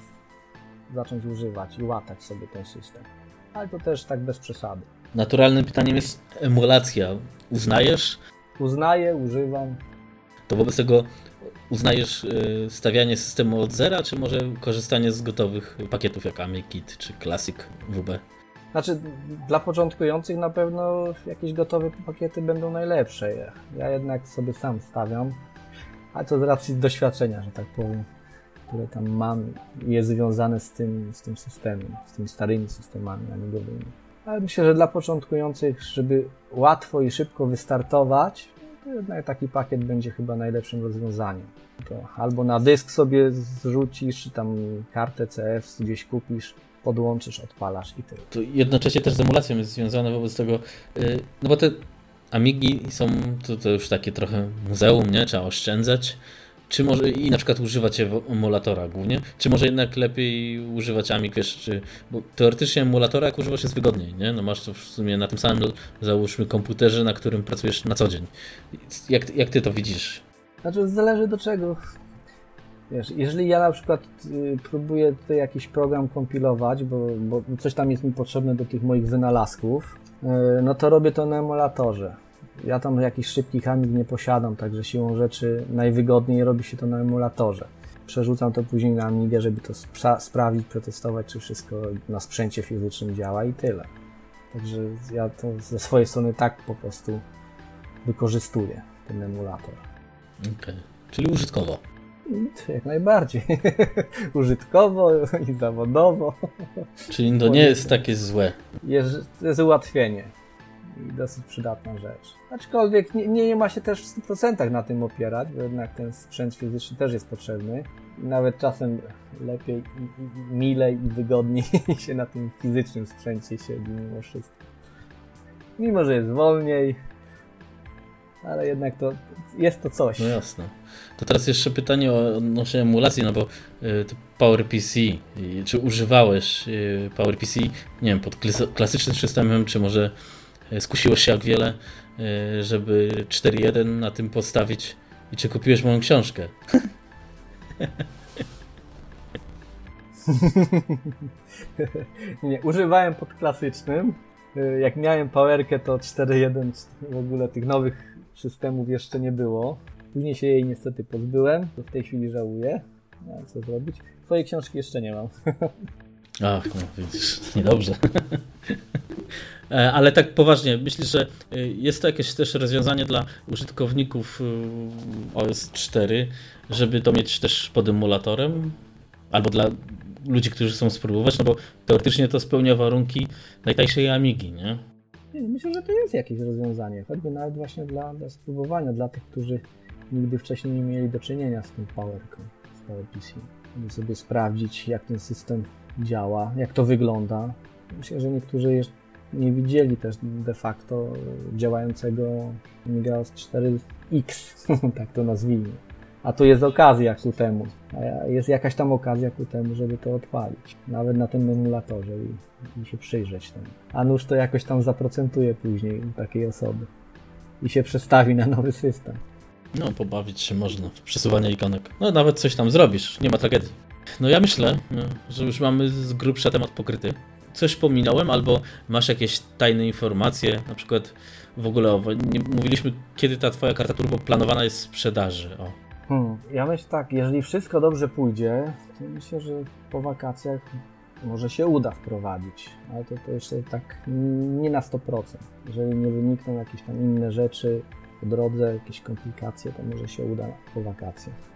zacząć używać i łatać sobie ten system, ale to też tak bez przesady. Naturalnym pytaniem jest emulacja. Uznajesz? Uznaję, używam. To wobec tego uznajesz stawianie systemu od zera, czy może korzystanie z gotowych pakietów jak AmiKit czy Classic W B? Znaczy, dla początkujących na pewno jakieś gotowe pakiety będą najlepsze. Ja jednak sobie sam stawiam, ale to z racji doświadczenia, że tak powiem, które tam mam i jest związane z tym, z tym systemem, z tymi starymi systemami amigowymi. Ale myślę, że dla początkujących, żeby łatwo i szybko wystartować, to jednak taki pakiet będzie chyba najlepszym rozwiązaniem. To albo na dysk sobie zrzucisz, czy tam kartę C F gdzieś kupisz, podłączysz, odpalasz i tyle. To jednocześnie też z emulacją jest związane wobec tego, no bo te Amigi są to, to już takie trochę muzeum, nie? Trzeba oszczędzać. Czy może i na przykład używać emulatora głównie, czy może jednak lepiej używać Amig, wiesz, czy, bo teoretycznie emulatora jak używasz jest wygodniej, nie? No masz to w sumie na tym samym, załóżmy, komputerze, na którym pracujesz na co dzień. Jak, jak ty to widzisz? Znaczy zależy do czego. Wiesz, jeżeli ja na przykład y, próbuję tutaj jakiś program kompilować, bo, bo coś tam jest mi potrzebne do tych moich wynalazków, y, no to robię to na emulatorze. Ja tam jakichś szybkich Amig nie posiadam, także siłą rzeczy najwygodniej robi się to na emulatorze. Przerzucam to później na Amigę, żeby to spra- sprawdzić, przetestować, czy wszystko na sprzęcie fizycznym działa i tyle. Także ja to ze swojej strony tak po prostu wykorzystuję ten emulator. Okej, okay. Czyli użytkowo. Jak najbardziej. Użytkowo i zawodowo. Czyli to nie jest takie złe. Jest, to jest ułatwienie. I dosyć przydatna rzecz. Aczkolwiek nie, nie ma się też w stu procentach na tym opierać, bo jednak ten sprzęt fizyczny też jest potrzebny. I nawet czasem lepiej, i, i, milej i wygodniej się na tym fizycznym sprzęcie siedzi mimo wszystko. Mimo, że jest wolniej, ale jednak to jest to coś. No jasne. To teraz jeszcze pytanie odnośnie emulacji, no bo y, PowerPC, y, czy używałeś y, PowerPC, nie wiem, pod klasycznym systemem, czy może skusiłeś się jak wiele, żeby cztery jeden na tym postawić i czy kupiłeś moją książkę? Nie, używałem pod klasycznym. Jak miałem Powerkę, to cztery jeden w ogóle tych nowych systemów jeszcze nie było. Później się jej niestety pozbyłem, to w tej chwili żałuję. No, co zrobić? Twojej książki jeszcze nie mam. Ach, no widzisz, niedobrze. Ale tak poważnie, myślę, że jest to jakieś też rozwiązanie dla użytkowników O S cztery, żeby to mieć też pod emulatorem, albo dla ludzi, którzy chcą spróbować, no bo teoretycznie to spełnia warunki najtańszej Amigi, nie? Myślę, że to jest jakieś rozwiązanie, choćby nawet właśnie dla, dla spróbowania, dla tych, którzy nigdy wcześniej nie mieli do czynienia z tą Powerką, z PowerPC. Żeby sobie sprawdzić, jak ten system działa, jak to wygląda. Myślę, że niektórzy jeszcze nie widzieli też de facto działającego Amiga O S cztery X, tak to nazwijmy. A tu jest okazja ku temu. A jest jakaś tam okazja ku temu, żeby to odpalić. Nawet na tym emulatorze i, i się przyjrzeć temu. A nuż to jakoś tam zaprocentuje później u takiej osoby. I się przestawi na nowy system. No, pobawić się można w przesuwanie ikonek. No, nawet coś tam zrobisz, nie ma tragedii. No ja myślę, że już mamy z grubsza temat pokryty. Coś pominąłem, albo masz jakieś tajne informacje, na przykład w ogóle o, nie, mówiliśmy, kiedy ta twoja karta turbo planowana jest w sprzedaży. O. Hmm, ja myślę tak, jeżeli wszystko dobrze pójdzie, to myślę, że po wakacjach może się uda wprowadzić, ale to, to jeszcze tak nie na sto procent. Jeżeli nie wynikną jakieś tam inne rzeczy po drodze, jakieś komplikacje, to może się uda po wakacjach.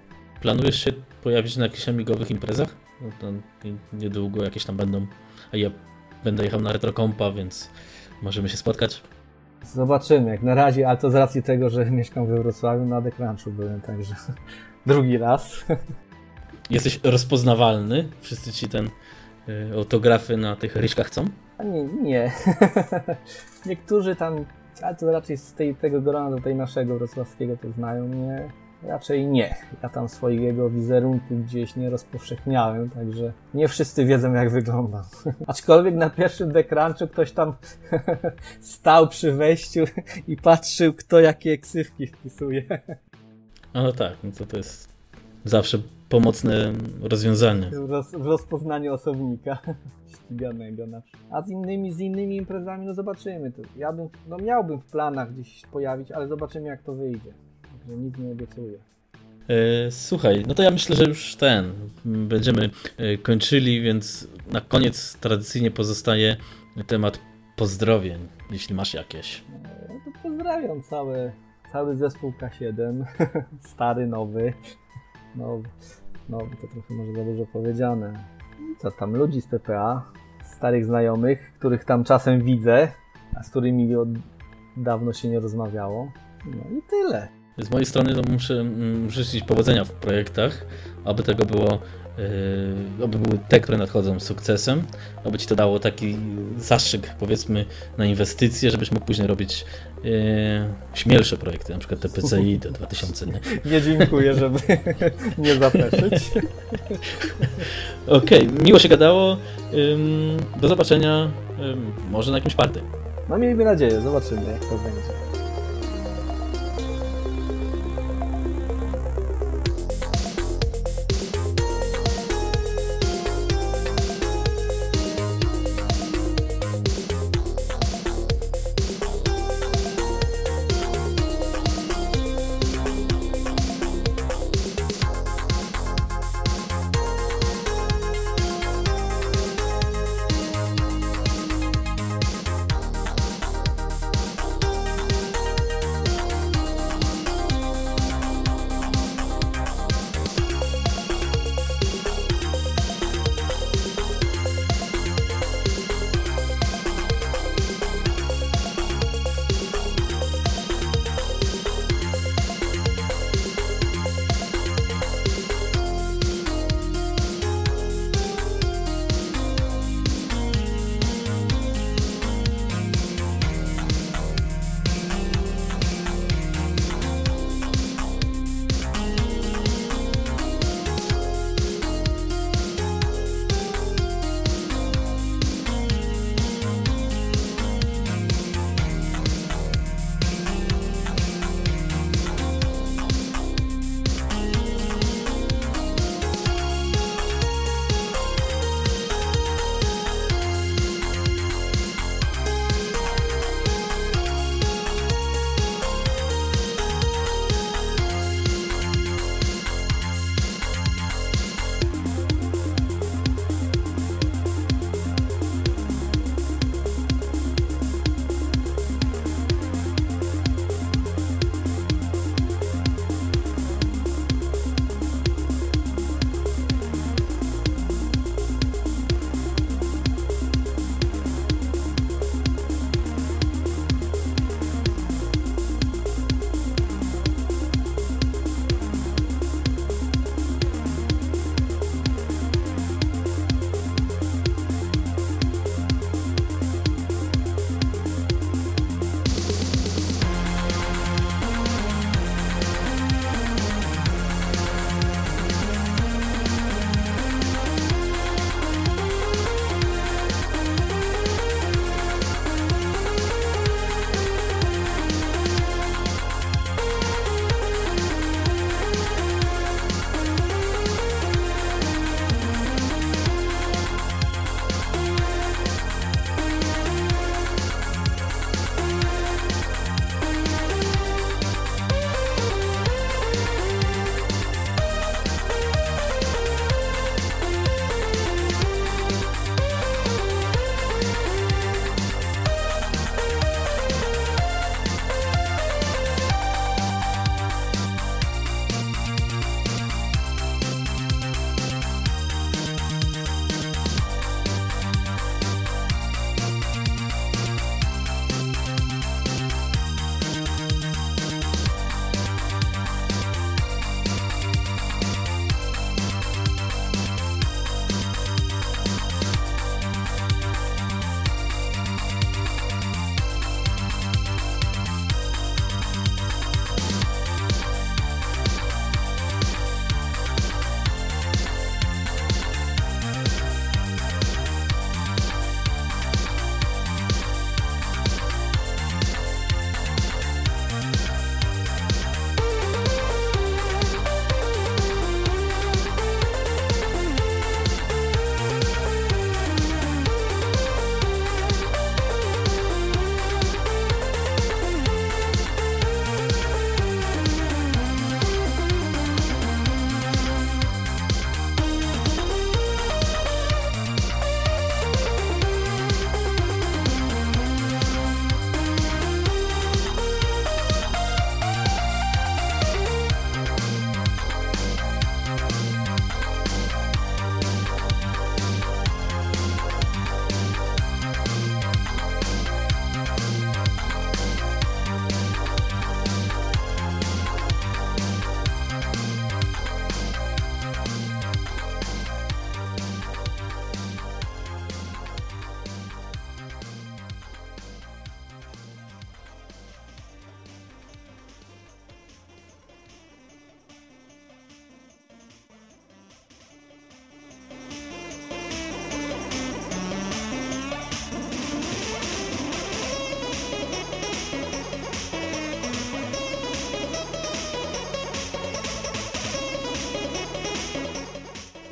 planujesz się pojawić na jakichś amigowych imprezach? No to niedługo jakieś tam będą, a ja będę jechał na Retrokompa, więc możemy się spotkać. Zobaczymy, jak na razie, ale to z racji tego, że mieszkam we Wrocławiu, na Decrunchu byłem, także drugi raz. Jesteś rozpoznawalny? Wszyscy ci ten y, autografy na tych ryczkach chcą? A nie, nie. Niektórzy tam, ale to raczej z tej, tego grona, do tej naszego wrocławskiego to znają mnie. Raczej nie. Ja tam swojego wizerunku gdzieś nie rozpowszechniałem, także nie wszyscy wiedzą, jak wyglądam. Aczkolwiek na pierwszym Decrunchu ktoś tam stał przy wejściu i patrzył, kto jakie ksywki wpisuje. A no tak, no to to jest zawsze pomocne rozwiązanie. Roz, w rozpoznaniu osobnika ściganego. Na przykład. A z innymi, z innymi imprezami, no zobaczymy. To ja bym, no miałbym w planach gdzieś pojawić, ale zobaczymy, jak to wyjdzie. Także nic nie obiecuję. E, słuchaj, no to ja myślę, że już ten, będziemy e, kończyli, więc na koniec tradycyjnie pozostaje temat pozdrowień, jeśli masz jakieś. No to pozdrawiam cały, cały zespół K siedem, stary, nowy. Nowy, nowy to trochę może za dużo powiedziane. Co tam, ludzi z P P A, starych znajomych, których tam czasem widzę, a z którymi od dawno się nie rozmawiało. No i tyle. Z mojej strony to muszę mm, życzyć powodzenia w projektach, aby tego było, yy, aby były te, które nadchodzą z sukcesem, aby ci to dało taki zastrzyk, powiedzmy, na inwestycje, żebyś mógł później robić yy, śmielsze projekty, na przykład te P C I, te dwa tysiące. Nie, nie dziękuję, żeby nie zapeszyć. Okej, okay, miło się gadało. Ym, do zobaczenia ym, może na jakimś party. No miejmy nadzieję, zobaczymy, jak to będzie.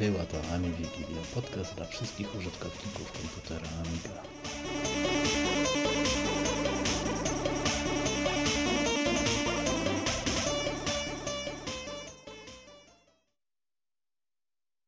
Była to AmiWigilia, podcast dla wszystkich użytkowników komputera Amiga.